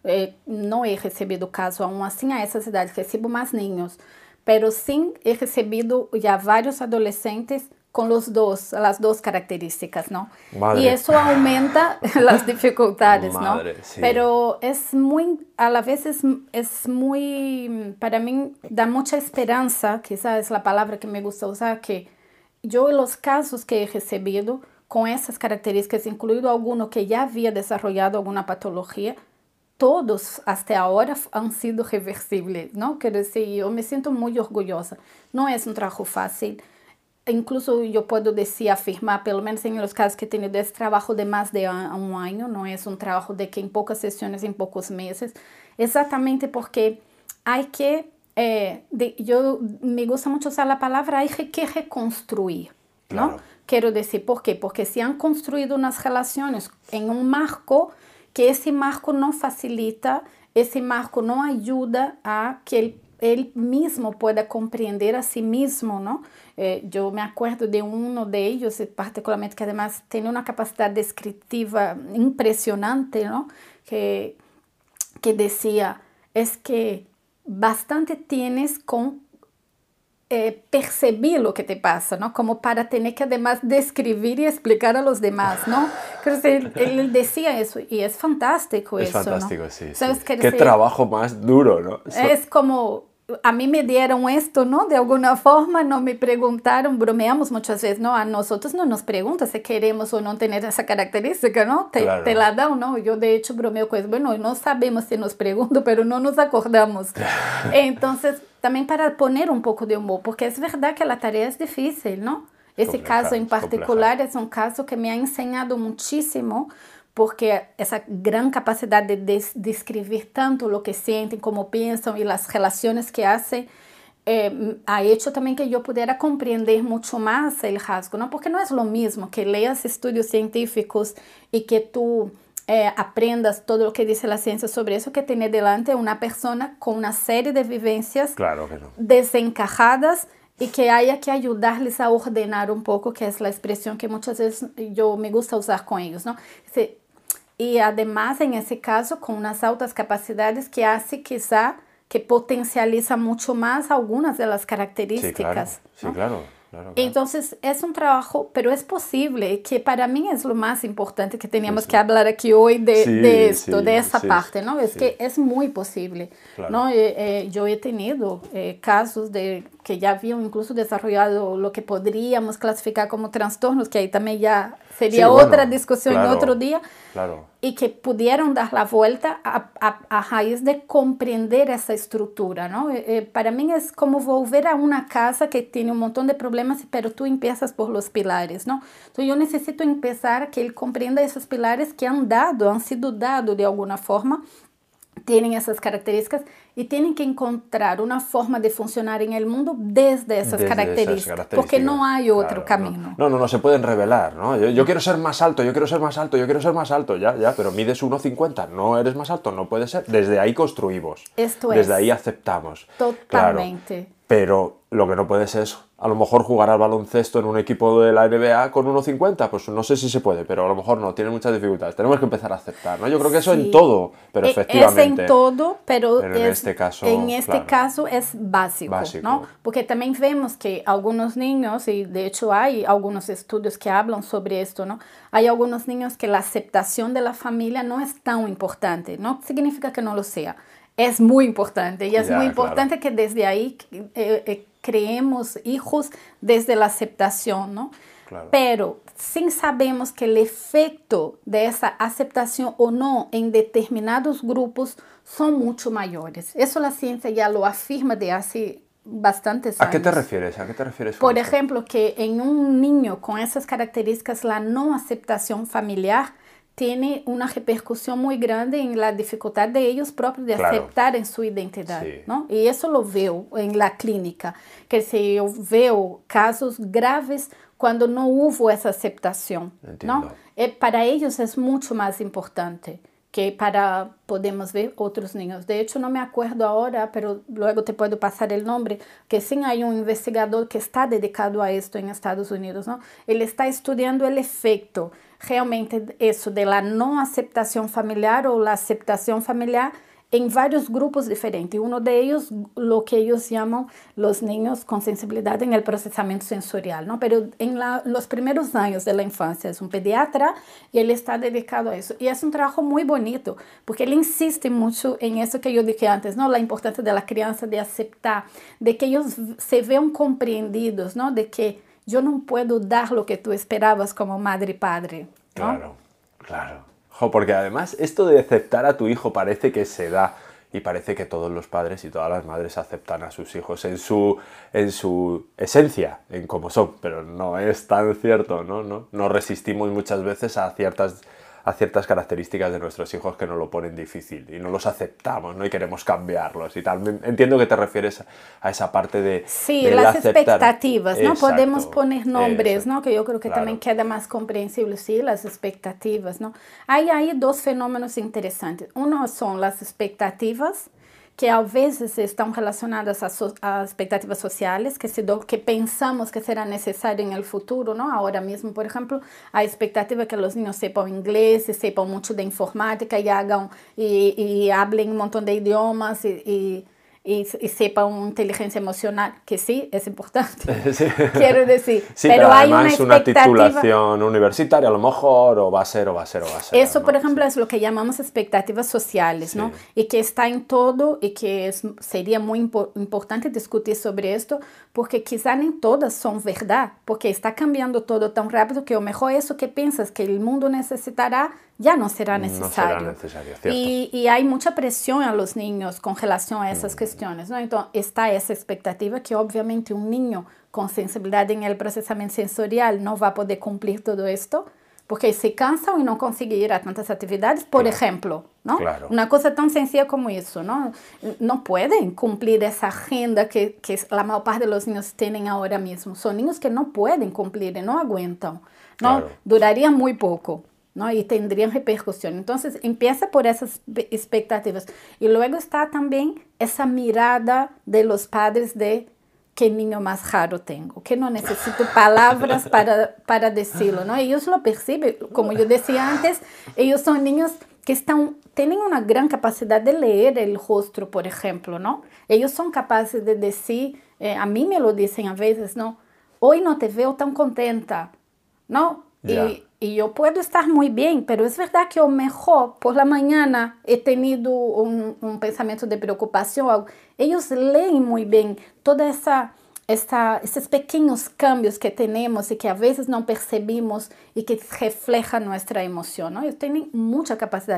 No he recibido caso aún así a esas edades, recibo más niños, pero sí he recibido ya varios adolescentes con las dos características, ¿no? Madre. Y eso aumenta las dificultades, Madre, ¿no? sí. Pero es muy, a la vez es muy, para mí da mucha esperanza, quizás es la palabra que me gusta usar, que yo en los casos que he recibido con esas características, incluido alguno que ya había desarrollado alguna patología, todos hasta ahora han sido reversibles, ¿no? Quiero decir, yo me siento muy orgullosa. No es un trabajo fácil. Incluso yo puedo decir, afirmar, pelo menos en los casos que he tenido, es trabajo de más de un año, no es un trabajo de que en pocas sesiones, en pocos meses, exactamente porque hay que, yo me gusta mucho usar la palabra, hay que reconstruir, ¿no? Claro. Quiero decir, ¿por qué? Porque se han construido unas relaciones en un marco que ese marco no facilita, esse marco não ajuda a que ele mesmo pueda compreender a si mismo, ¿no? Eu me acuerdo de uno de ellos, particularmente, que además tiene una capacidad descriptiva impresionante, ¿no? Que decía, es que bastante tienes con percibir lo que te pasa, ¿no? Como para tener que además describir y explicar a los demás, ¿no? Creo que él decía eso y es fantástico Es eso, fantástico, ¿no? sí. ¿Sabes? Sí. Qué Qué trabajo más duro, ¿no? Es como, a mí me dieron esto, ¿no? De alguna forma, no me preguntaron, bromeamos muchas veces, ¿no? A nosotros no nos preguntan si queremos o no tener esa característica, ¿no? Claro. Te la dan, ¿no? Yo de hecho bromeo con eso, bueno, no sabemos si nos preguntan, pero no nos acordamos. Entonces, también para poner un poco de humor, porque es verdad que la tarea es difícil, ¿no? Ese Compleja, caso en particular es un caso que me ha enseñado muchísimo, porque esa gran capacidad de describir tanto lo que sienten, cómo piensan y las relaciones que hacen, ha hecho también que yo pudiera comprender mucho más el rasgo, ¿no? Porque no es lo mismo que leas estudios científicos y que tú aprendas todo lo que dice la ciencia sobre eso, que tener delante una persona con una serie de vivencias Claro que no. desencajadas y que haya que ayudarles a ordenar un poco, que es la expresión que muchas veces yo me gusta usar con ellos, ¿no? Y además, en ese caso, con unas altas capacidades que hace quizá que potencializa mucho más algunas de las características. Sí, ¿no? claro. Entonces, es un trabajo, pero es posible, que para mí es lo más importante que teníamos que hablar aquí hoy de esto, de esa parte, ¿no? Es que es muy posible, claro. ¿no? Yo he tenido casos de que ya habían incluso desarrollado lo que podríamos clasificar como trastornos, que ahí también ya sería otra discusión en otro día, y que pudieron dar la vuelta a raíz de comprender esa estructura, ¿no? Para mí es como volver a una casa que tiene un montón de problemas, pero tú empiezas por los pilares, ¿no? Entonces yo necesito empezar a que él comprenda esos pilares que han sido dados de alguna forma, tienen esas características y tienen que encontrar una forma de funcionar en el mundo desde esas características, porque no hay otro camino. No se pueden revelar, ¿no? Yo quiero ser más alto, yo quiero ser más alto, yo quiero ser más alto, ya, pero mides 1,50, no eres más alto, no puede ser. Desde ahí construimos, desde ahí aceptamos. Totalmente. Claro, pero lo que no puedes es, a lo mejor, jugar al baloncesto en un equipo de la NBA con 1,50, pues no sé si se puede, pero a lo mejor no, tiene muchas dificultades. Tenemos que empezar a aceptar, ¿no? Yo creo que eso en todo, pero efectivamente... Es en todo, pero en este caso, caso es básico, ¿no? Porque también vemos que algunos niños, y de hecho hay algunos estudios que hablan sobre esto, ¿no? Hay algunos niños que la aceptación de la familia no es tan importante, no significa que no lo sea. Es muy importante y es muy importante que desde ahí creemos hijos desde la aceptación, ¿no? Claro. Pero sin sabemos que el efecto de esa aceptación o no en determinados grupos son mucho mayores. Eso la ciencia ya lo afirma de hace bastantes años. ¿A qué te refieres? ¿A qué te refieres? Por ejemplo, que en un niño con esas características, la no aceptación familiar tiene una repercusión muy grande en la dificultad de ellos propios de aceptar en su identidad, ¿no? Y eso lo veo en la clínica, que si yo veo casos graves cuando no hubo esa aceptación, ¿no? Para ellos es mucho más importante que para, podemos ver, otros niños. De hecho, no me acuerdo ahora, pero luego te puedo pasar el nombre, que sí hay un investigador que está dedicado a esto en Estados Unidos, ¿no? Él está estudiando el efecto realmente eso de la no aceptación familiar o la aceptación familiar en varios grupos diferentes. Uno de ellos, lo que ellos llaman los niños con sensibilidad en el procesamiento sensorial, ¿no? Pero en los primeros años de la infancia es un pediatra y él está dedicado a eso. Y es un trabajo muy bonito, porque él insiste mucho en eso que yo dije antes, ¿no? La importancia de la crianza, de aceptar, de que ellos se vean comprendidos, ¿no? De que yo no puedo dar lo que tú esperabas como madre y padre, ¿no? Claro. Porque además esto de aceptar a tu hijo parece que se da y parece que todos los padres y todas las madres aceptan a sus hijos en su esencia, en cómo son, pero no es tan cierto, ¿no? Nos resistimos muchas veces a ciertas características de nuestros hijos que nos lo ponen difícil y no los aceptamos, ¿no? Y queremos cambiarlos y tal. Entiendo que te refieres a esa parte de... Sí, de las expectativas, ¿no? Exacto, podemos poner nombres, ¿no? Que yo creo que también queda más comprensible, sí, las expectativas, ¿no? Hay dos fenómenos interesantes. Uno son las expectativas, que a veces estão relacionadas a expectativas sociais, que pensamos que será necessário en el futuro, ¿no? Ahora mismo, por ejemplo, a expectativa que los niños sepan inglés, sepan mucho de informática y hablen un montón de idiomas y sepan inteligencia emocional, que sí, es importante, sí. Quiero decir. Sí, pero hay una titulación universitaria a lo mejor, o va a ser. Eso, ¿no? Por ejemplo, es lo que llamamos expectativas sociales, ¿no? Y que está en todo y que sería muy importante discutir sobre esto, porque quizá nem todas son verdad, porque está cambiando todo tan rápido que a lo mejor eso que piensas que el mundo necesitará ya no será necesario. No será necesario, cierto. Y hay mucha presión a los niños con relación a esas cuestiones, ¿no? Entonces está esa expectativa que obviamente un niño con sensibilidad en el procesamiento sensorial no va a poder cumplir todo esto, porque se cansan y no consiguen ir a tantas actividades, por ejemplo, ¿no? Claro. Una cosa tan sencilla como eso, ¿no? No pueden cumplir esa agenda que la mayor parte de los niños tienen ahora mismo. Son niños que no pueden cumplir y no aguentan, ¿no? Claro. Duraría muy poco, ¿no? Y tendrían repercusión. Entonces, empieza por esas expectativas. Y luego está también esa mirada de los padres de qué niño más raro tengo, que no necesito palabras para decirlo, ¿no? Ellos lo perciben, como yo decía antes, ellos son niños que tienen una gran capacidad de leer el rostro, por ejemplo, ¿no? Ellos son capaces de decir, a mí me lo dicen a veces, ¿no? Hoy no te veo tan contenta, ¿no? Yeah. Y yo puedo estar muy bien, pero es verdad que a lo mejor por la mañana he tenido un pensamiento de preocupación. Ellos leen muy bien toda esos pequeños cambios que tenemos y que a veces no percibimos y que reflejan nuestra emoción, ¿no? Ellos tienen mucha capacidad.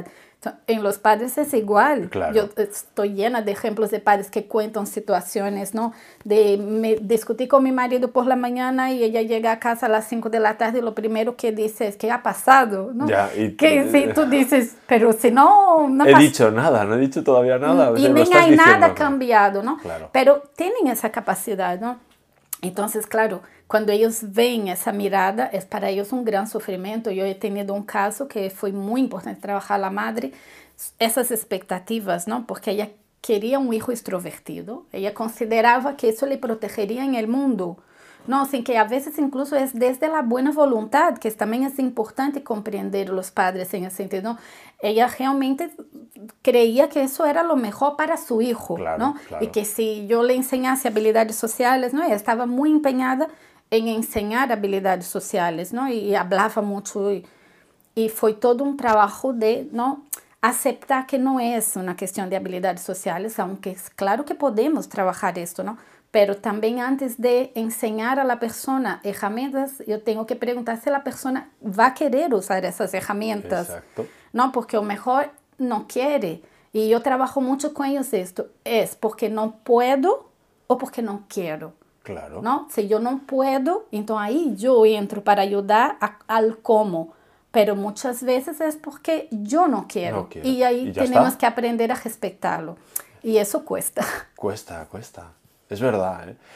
En los padres es igual. Claro. Yo estoy llena de ejemplos de padres que cuentan situaciones, ¿no? Me discutí con mi marido por la mañana y ella llega a casa a las 5 de la tarde y lo primero que dice es, ¿qué ha pasado? ¿no? Ya, que si tú dices, pero si no he dicho nada, no he dicho todavía nada. Y no hay nada cambiado, ¿no? Claro. Pero tienen esa capacidad, ¿no? Entonces, claro, cuando ellos ven esa mirada, es para ellos un gran sufrimiento. Yo he tenido un caso que fue muy importante trabajar a la madre, esas expectativas, ¿no? Porque ella quería un hijo extrovertido, ella consideraba que eso le protegería en el mundo, ¿no? Así que a veces incluso es desde la buena voluntad, que también es importante comprender los padres en ese sentido, ¿no? Ella realmente creía que eso era lo mejor para su hijo, claro, ¿no? Claro. Y que si yo le enseñase habilidades sociales, ¿no? Ella estaba muy empeñada en enseñar habilidades sociales, ¿no? Y hablaba mucho y fue todo un trabajo de, ¿no? Aceptar que no es una cuestión de habilidades sociales, aunque es claro que podemos trabajar esto, ¿no? Pero también antes de enseñar a la persona herramientas, yo tengo que preguntar si la persona va a querer usar esas herramientas. Exacto. No, porque a lo mejor no quiere. Y yo trabajo mucho con ellos esto. ¿Es porque no puedo o porque no quiero? Claro. ¿No? Si yo no puedo, entonces ahí yo entro para ayudar al cómo. Pero muchas veces es porque yo no quiero. No quiero. Y ahí ¿Y ya tenemos está? que aprender a respetarlo. Y eso cuesta. Cuesta. Es verdad, ¿eh?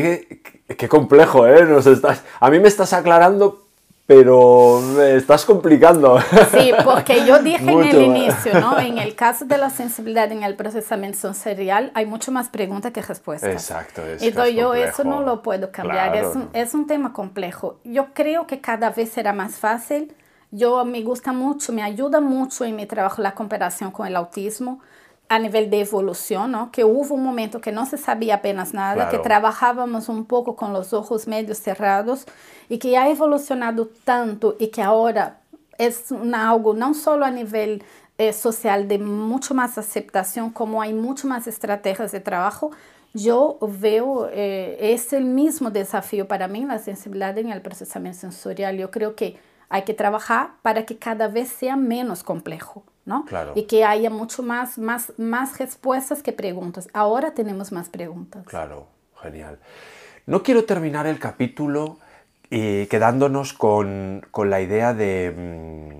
Qué complejo, ¿eh? A mí me estás aclarando, pero me estás complicando. Sí, porque yo dije en Mucho, el inicio, ¿no? En el caso de la sensibilidad en el procesamiento sensorial, hay mucho más preguntas que respuestas. Exacto. Entonces yo eso no lo puedo cambiar. Claro, Es un tema complejo. Yo creo que cada vez será más fácil. Me gusta mucho, me ayuda mucho en mi trabajo la comparación con el autismo a nivel de evolución, ¿no? Que hubo un momento que no se sabía apenas nada, claro. que trabajábamos un poco con los ojos medio cerrados y que ha evolucionado tanto y que ahora es algo no solo a nivel social de mucho más aceptación, como hay mucho más estrategias de trabajo. Yo veo es el mismo desafío para mí, la sensibilidad en el procesamiento sensorial. Yo creo que hay que trabajar para que cada vez sea menos complejo, ¿no? Claro. Y que haya mucho más respuestas que preguntas. Ahora tenemos más preguntas. Claro, genial. No quiero terminar el capítulo quedándonos con la idea de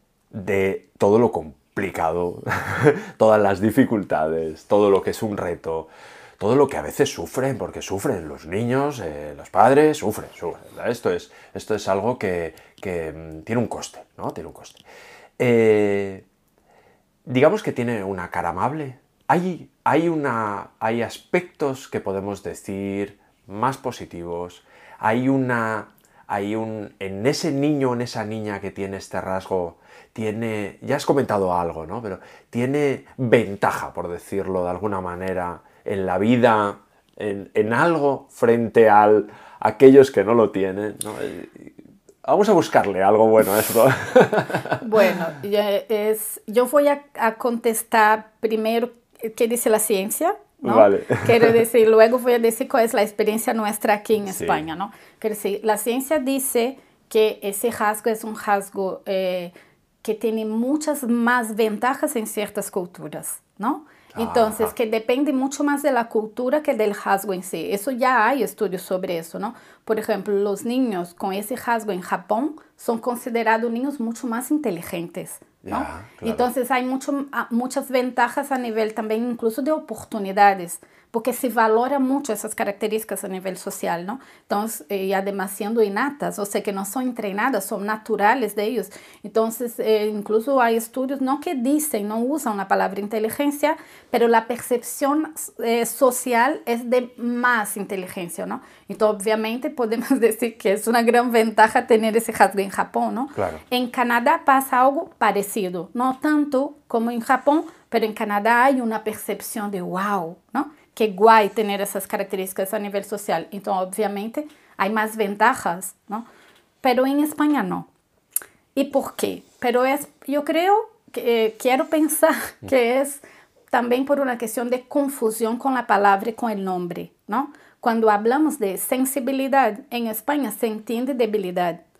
todo lo complicado, todas las dificultades, todo lo que es un reto, todo lo que a veces sufren, porque sufren los niños, los padres, sufren. Esto es algo que tiene un coste, ¿no? Tiene un coste. Digamos que tiene una cara amable. Hay aspectos que podemos decir más positivos. En ese niño o en esa niña que tiene este rasgo, ya has comentado algo, ¿no? Pero tiene ventaja, por decirlo de alguna manera, en la vida, en algo frente a aquellos que no lo tienen, ¿no? Vamos a buscarle algo bueno a esto. Bueno, yo voy a contestar primero qué dice la ciencia, ¿no? Vale. Quiero decir, luego voy a decir cuál es la experiencia nuestra aquí en Sí. España, ¿no? Quiero decir, la ciencia dice que ese rasgo es un rasgo que tiene muchas más ventajas en ciertas culturas, ¿no? Entonces, que depende mucho más de la cultura que del rasgo en sí. Eso ya hay estudios sobre eso, ¿no? Por ejemplo, los niños con ese rasgo en Japón son considerados niños mucho más inteligentes, ¿no? Ya, claro. Entonces, hay muchas ventajas a nivel también incluso de oportunidades, porque se valora mucho esas características a nivel social, ¿no? Entonces, y además siendo innatas, o sea que no son entrenadas, son naturales de ellos. Entonces, incluso hay estudios no que dicen, no usan la palabra inteligencia, pero la percepción social es de más inteligencia, ¿no? Entonces, obviamente, podemos decir que es una gran ventaja tener ese rasgo en Japón, ¿no? Claro. En Canadá pasa algo parecido, no tanto como en Japón, pero en Canadá hay una percepción de wow, ¿no? Qué guay tener esas características a nivel social. Entonces, obviamente, hay más ventajas, ¿no? Pero en España no. ¿Y por qué? Yo creo que quiero pensar que es también por una cuestión de confusión con la palabra y con el nombre, ¿no? Cuando hablamos de sensibilidad, en España se entiende debilidad.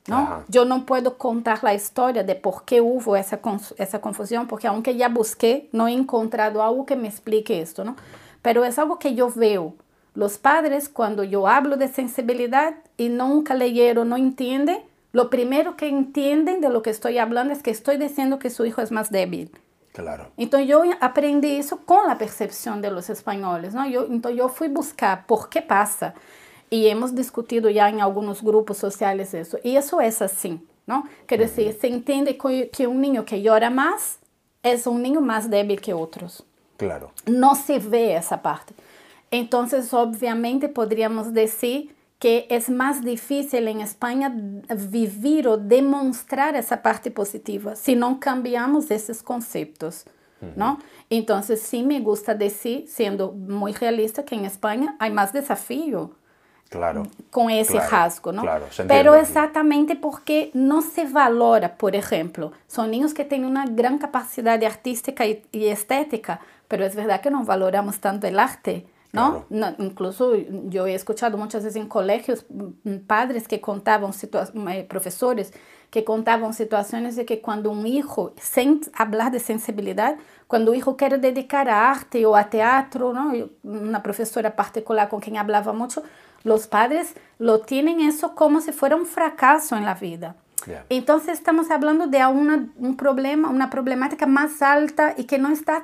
¿no? Ajá. Yo no puedo contar la historia de por qué hubo esa confusión, porque aunque ya busqué, no he encontrado algo que me explique esto, ¿no? Pero es algo que yo veo. Los padres, cuando yo hablo de sensibilidad y nunca leyeron, no entienden, lo primero que entienden de lo que estoy hablando es que estoy diciendo que su hijo es más débil. Claro. Entonces yo aprendí eso con la percepción de los españoles, ¿no? Entonces yo fui buscar por qué pasa. Y hemos discutido ya en algunos grupos sociales eso. Y eso es así, ¿no? Quiero decir, se entiende que un niño que llora más es un niño más débil que otros. Claro. No se ve esa parte. Entonces, obviamente, podríamos decir que es más difícil en España vivir o demostrar esa parte positiva si no cambiamos esos conceptos, ¿no? Entonces, sí me gusta decir, siendo muy realista, que en España hay más desafío. Claro. Com esse rasgo, não? Claro, pero exatamente porque não se valora, por exemplo, são niños que têm uma grande capacidade artística e estética, pero es verdad que não valoramos tanto el arte, ¿no? Claro. Incluso yo he escuchado muchas veces en colegios padres que contaban, profesores que contaban situaciones de que cuando un hijo, sin hablar de sensibilidad, cuando un hijo quiere dedicar a arte o a teatro, ¿no? Una profesora particular con quien hablaba mucho, los padres lo tienen eso como si fuera un fracaso en la vida. Yeah. Entonces estamos hablando de un problema, una problemática más alta y que no está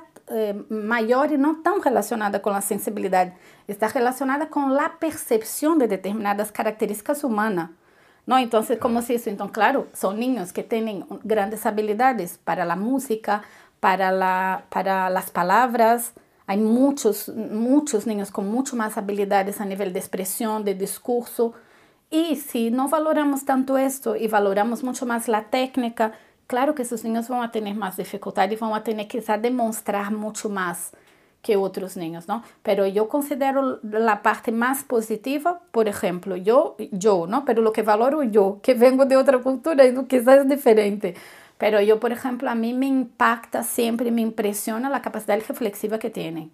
mayor y no tan relacionada con la sensibilidad, está relacionada con la percepción de determinadas características humanas, ¿no? Entonces, ¿cómo se hizo? Entonces, claro, son niños que tienen grandes habilidades para la música, para las palabras. Hay muchos niños con mucho más habilidades a nivel de expresión, de discurso. Y si no valoramos tanto esto y valoramos mucho más la técnica, claro que esos niños van a tener más dificultad y van a tener que quizá demostrar mucho más que otros niños, ¿no? Pero yo considero la parte más positiva, por ejemplo, yo, ¿no? Pero lo que valoro yo, que vengo de otra cultura, quizás es diferente. Pero yo, por ejemplo, a mí me impacta siempre, me impresiona la capacidad reflexiva que tienen.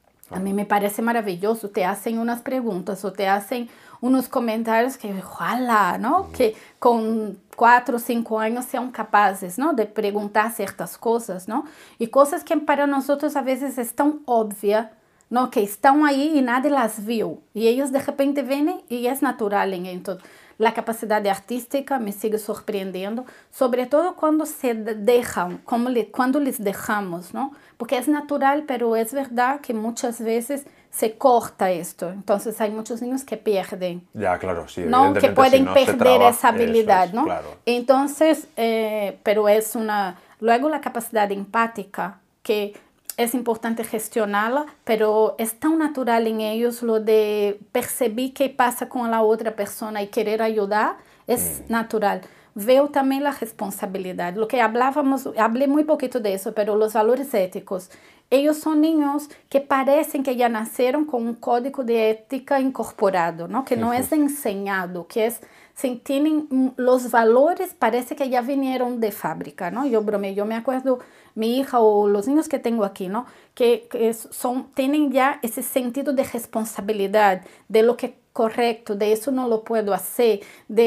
A mí me parece maravilloso. Te hacen unas preguntas o te hacen unos comentarios que, ojalá, ¿no? Que con 4 o 5 años sean capaces, ¿no? De preguntar ciertas cosas, ¿no? Y cosas que para nosotros a veces es tan obvia, ¿no? Que están ahí y nadie las vio. Y ellos de repente vienen y es natural en ellos. La capacidad artística me sigue sorprendiendo, sobre todo cuando se dejan, cuando les dejamos, ¿no? Porque es natural, pero es verdad que muchas veces se corta esto. Entonces hay muchos niños que pierden. Ya, claro, sí. ¿No? Que pueden si no perder esa habilidad, ¿no? Claro. Entonces, pero es luego la capacidad empática, que es importante gestionarla, pero es tan natural en ellos lo de percibir qué pasa con la otra persona y querer ayudar, es natural. Veo también la responsabilidad. Lo que hablé muy poquito de eso, pero los valores éticos. Ellos son niños que parecen que ya nacieron con un código de ética incorporado, ¿no? Que no es enseñado, que es... Si tienen los valores, parece que ya vinieron de fábrica, ¿no? Yo bromeo, yo me acuerdo, mi hija o los niños que tengo aquí, ¿no? Que tienen ya ese sentido de responsabilidad, de lo que es correcto, de eso no lo puedo hacer,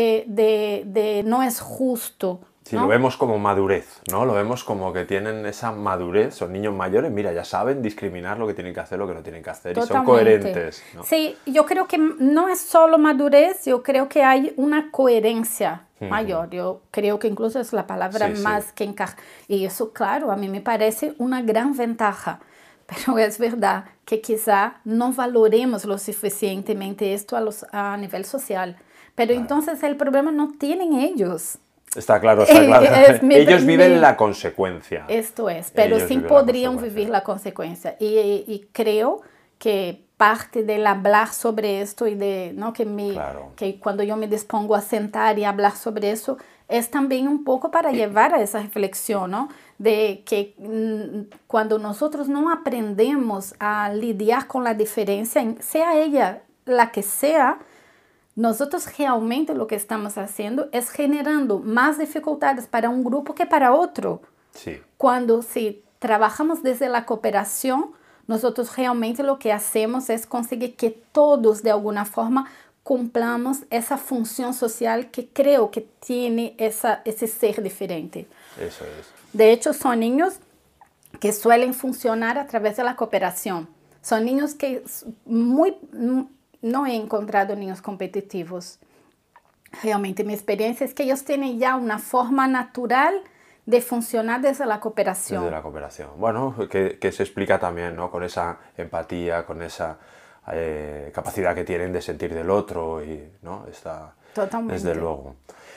de no es justo. Sí, ¿no? Lo vemos como madurez, ¿no? Lo vemos como que tienen esa madurez, son niños mayores, mira, ya saben discriminar lo que tienen que hacer, lo que no tienen que hacer, Totalmente. Y son coherentes, ¿no? Sí, yo creo que no es solo madurez, yo creo que hay una coherencia mayor. Yo creo que incluso es la palabra más que encaja. Y eso, claro, a mí me parece una gran ventaja. Pero es verdad que quizá no valoremos lo suficientemente esto a nivel social. Pero entonces el problema no tienen ellos. Está claro. Ellos viven la consecuencia. Esto es, pero sí podrían vivir la consecuencia. Y creo que parte del hablar sobre esto y de, ¿no? que cuando yo me dispongo a sentar y hablar sobre eso, es también un poco para llevar a esa reflexión, ¿no? De que cuando nosotros no aprendemos a lidiar con la diferencia, sea ella la que sea, nosotros realmente lo que estamos haciendo es generando más dificultades para un grupo que para otro. Sí. Cuando si trabajamos desde la cooperación, nosotros realmente lo que hacemos es conseguir que todos de alguna forma cumplamos esa función social que creo que tiene ese ser diferente. Eso es. De hecho, son niños que suelen funcionar a través de la cooperación. Son niños que no he encontrado niños competitivos. Realmente mi experiencia es que ellos tienen ya una forma natural de funcionar desde la cooperación. Desde la cooperación. Bueno, que se explica también, ¿no? Con esa empatía, con esa capacidad que tienen de sentir del otro, y, ¿no? Totalmente. Desde luego.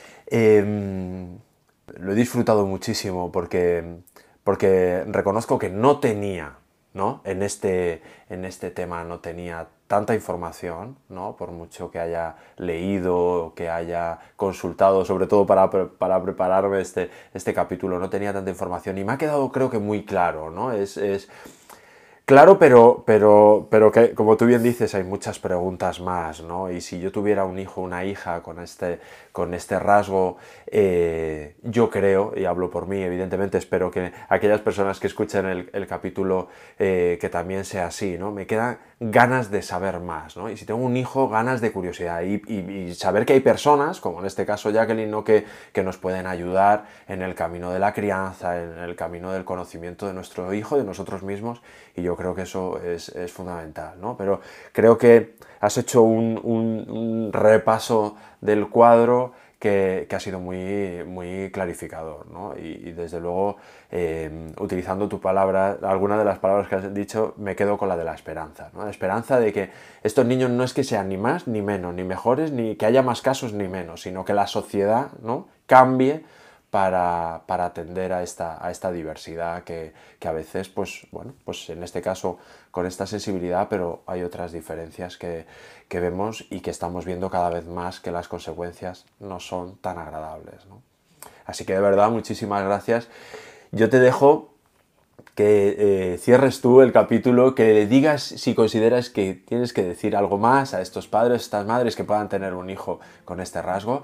Lo he disfrutado muchísimo porque reconozco que no tenía, ¿no? En este tema no tenía tanta información, ¿no? Por mucho que haya leído, que haya consultado, sobre todo para prepararme este capítulo, no tenía tanta información y me ha quedado, creo que muy claro, ¿no? Es claro, pero que, como tú bien dices, hay muchas preguntas más, ¿no? Y si yo tuviera un hijo o una hija con este rasgo, yo creo, y hablo por mí, evidentemente, espero que aquellas personas que escuchen el capítulo que también sea así, ¿no? Me quedan ganas de saber más, ¿no? Y si tengo un hijo, ganas de curiosidad y saber que hay personas, como en este caso Jacqueline, ¿no? que nos pueden ayudar en el camino de la crianza, en el camino del conocimiento de nuestro hijo, de nosotros mismos, y yo creo que eso es fundamental, ¿no? Pero creo que has hecho un repaso del cuadro que ha sido muy clarificador, ¿no? Y desde luego, utilizando tu palabra, alguna de las palabras que has dicho, me quedo con la de la esperanza, ¿no? La esperanza de que estos niños no es que sean ni más ni menos, ni mejores, ni que haya más casos ni menos, sino que la sociedad, ¿no? Cambie para atender a esta diversidad que a veces, pues bueno, pues en este caso con esta sensibilidad, pero hay otras diferencias que vemos y que estamos viendo cada vez más que las consecuencias no son tan agradables, ¿no? Así que de verdad, muchísimas gracias. Yo te dejo que cierres tú el capítulo, que le digas si consideras que tienes que decir algo más a estos padres, estas madres que puedan tener un hijo con este rasgo.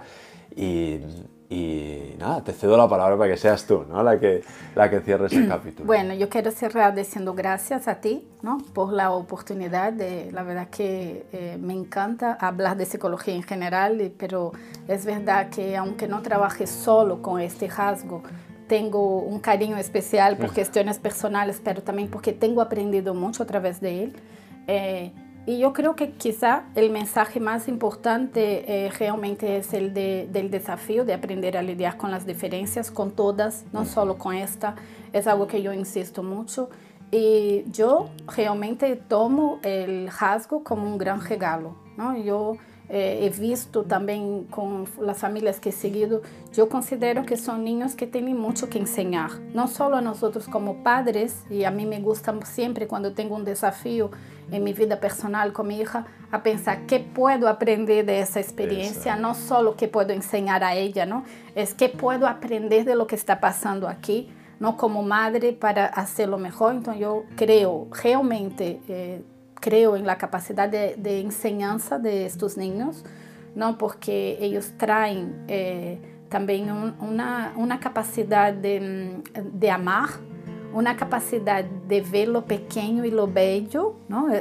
Y nada, te cedo la palabra para que seas tú, ¿no? la que cierres el capítulo. Bueno, yo quiero cerrar diciendo gracias a ti, ¿no? Por la oportunidad. La verdad que me encanta hablar de psicología en general, pero es verdad que aunque no trabaje solo con este rasgo, tengo un cariño especial por cuestiones personales, pero también porque tengo aprendido mucho a través de él. Y yo creo que quizá el mensaje más importante realmente es el del desafío de aprender a lidiar con las diferencias, con todas, no solo con esta. Es algo que yo insisto mucho. Y yo realmente tomo el rasgo como un gran regalo, ¿no? Yo he visto también con las familias que he seguido, yo considero que son niños que tienen mucho que enseñar, no solo a nosotros como padres, y a mí me gusta siempre cuando tengo un desafío en mi vida personal con mi hija, a pensar qué puedo aprender de esa experiencia, no solo qué puedo enseñar a ella, ¿no? Es qué puedo aprender de lo que está pasando aquí, ¿no? Como madre para hacerlo mejor. Entonces yo creo, realmente creo en la capacidad de enseñanza de estos niños, ¿no? Porque ellos traen también una capacidad de amar, una capacidad de ver lo pequeño y lo bello, ¿no?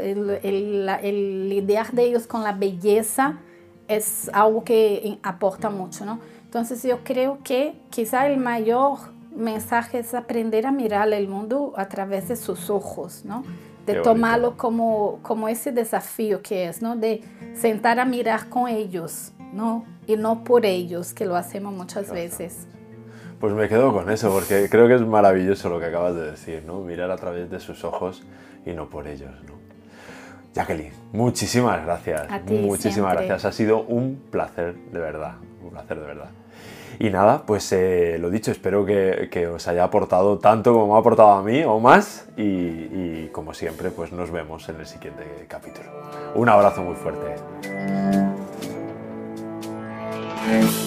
El lidiar de ellos con la belleza es algo que aporta mucho, ¿no? Entonces yo creo que quizá el mayor mensaje es aprender a mirar el mundo a través de sus ojos, ¿no? De tomarlo como ese desafío que es, ¿no? De sentar a mirar con ellos, ¿no? Y no por ellos, que lo hacemos muchas veces. Pues me quedo con eso, porque creo que es maravilloso lo que acabas de decir, ¿no? Mirar a través de sus ojos y no por ellos, ¿no? Jacqueline, muchísimas gracias. A ti, muchísimas siempre. gracias. Ha sido un placer, de verdad. Un placer, de verdad. Y nada, pues lo dicho, espero que os haya aportado tanto como me ha aportado a mí o más. Y como siempre, pues nos vemos en el siguiente capítulo. Un abrazo muy fuerte.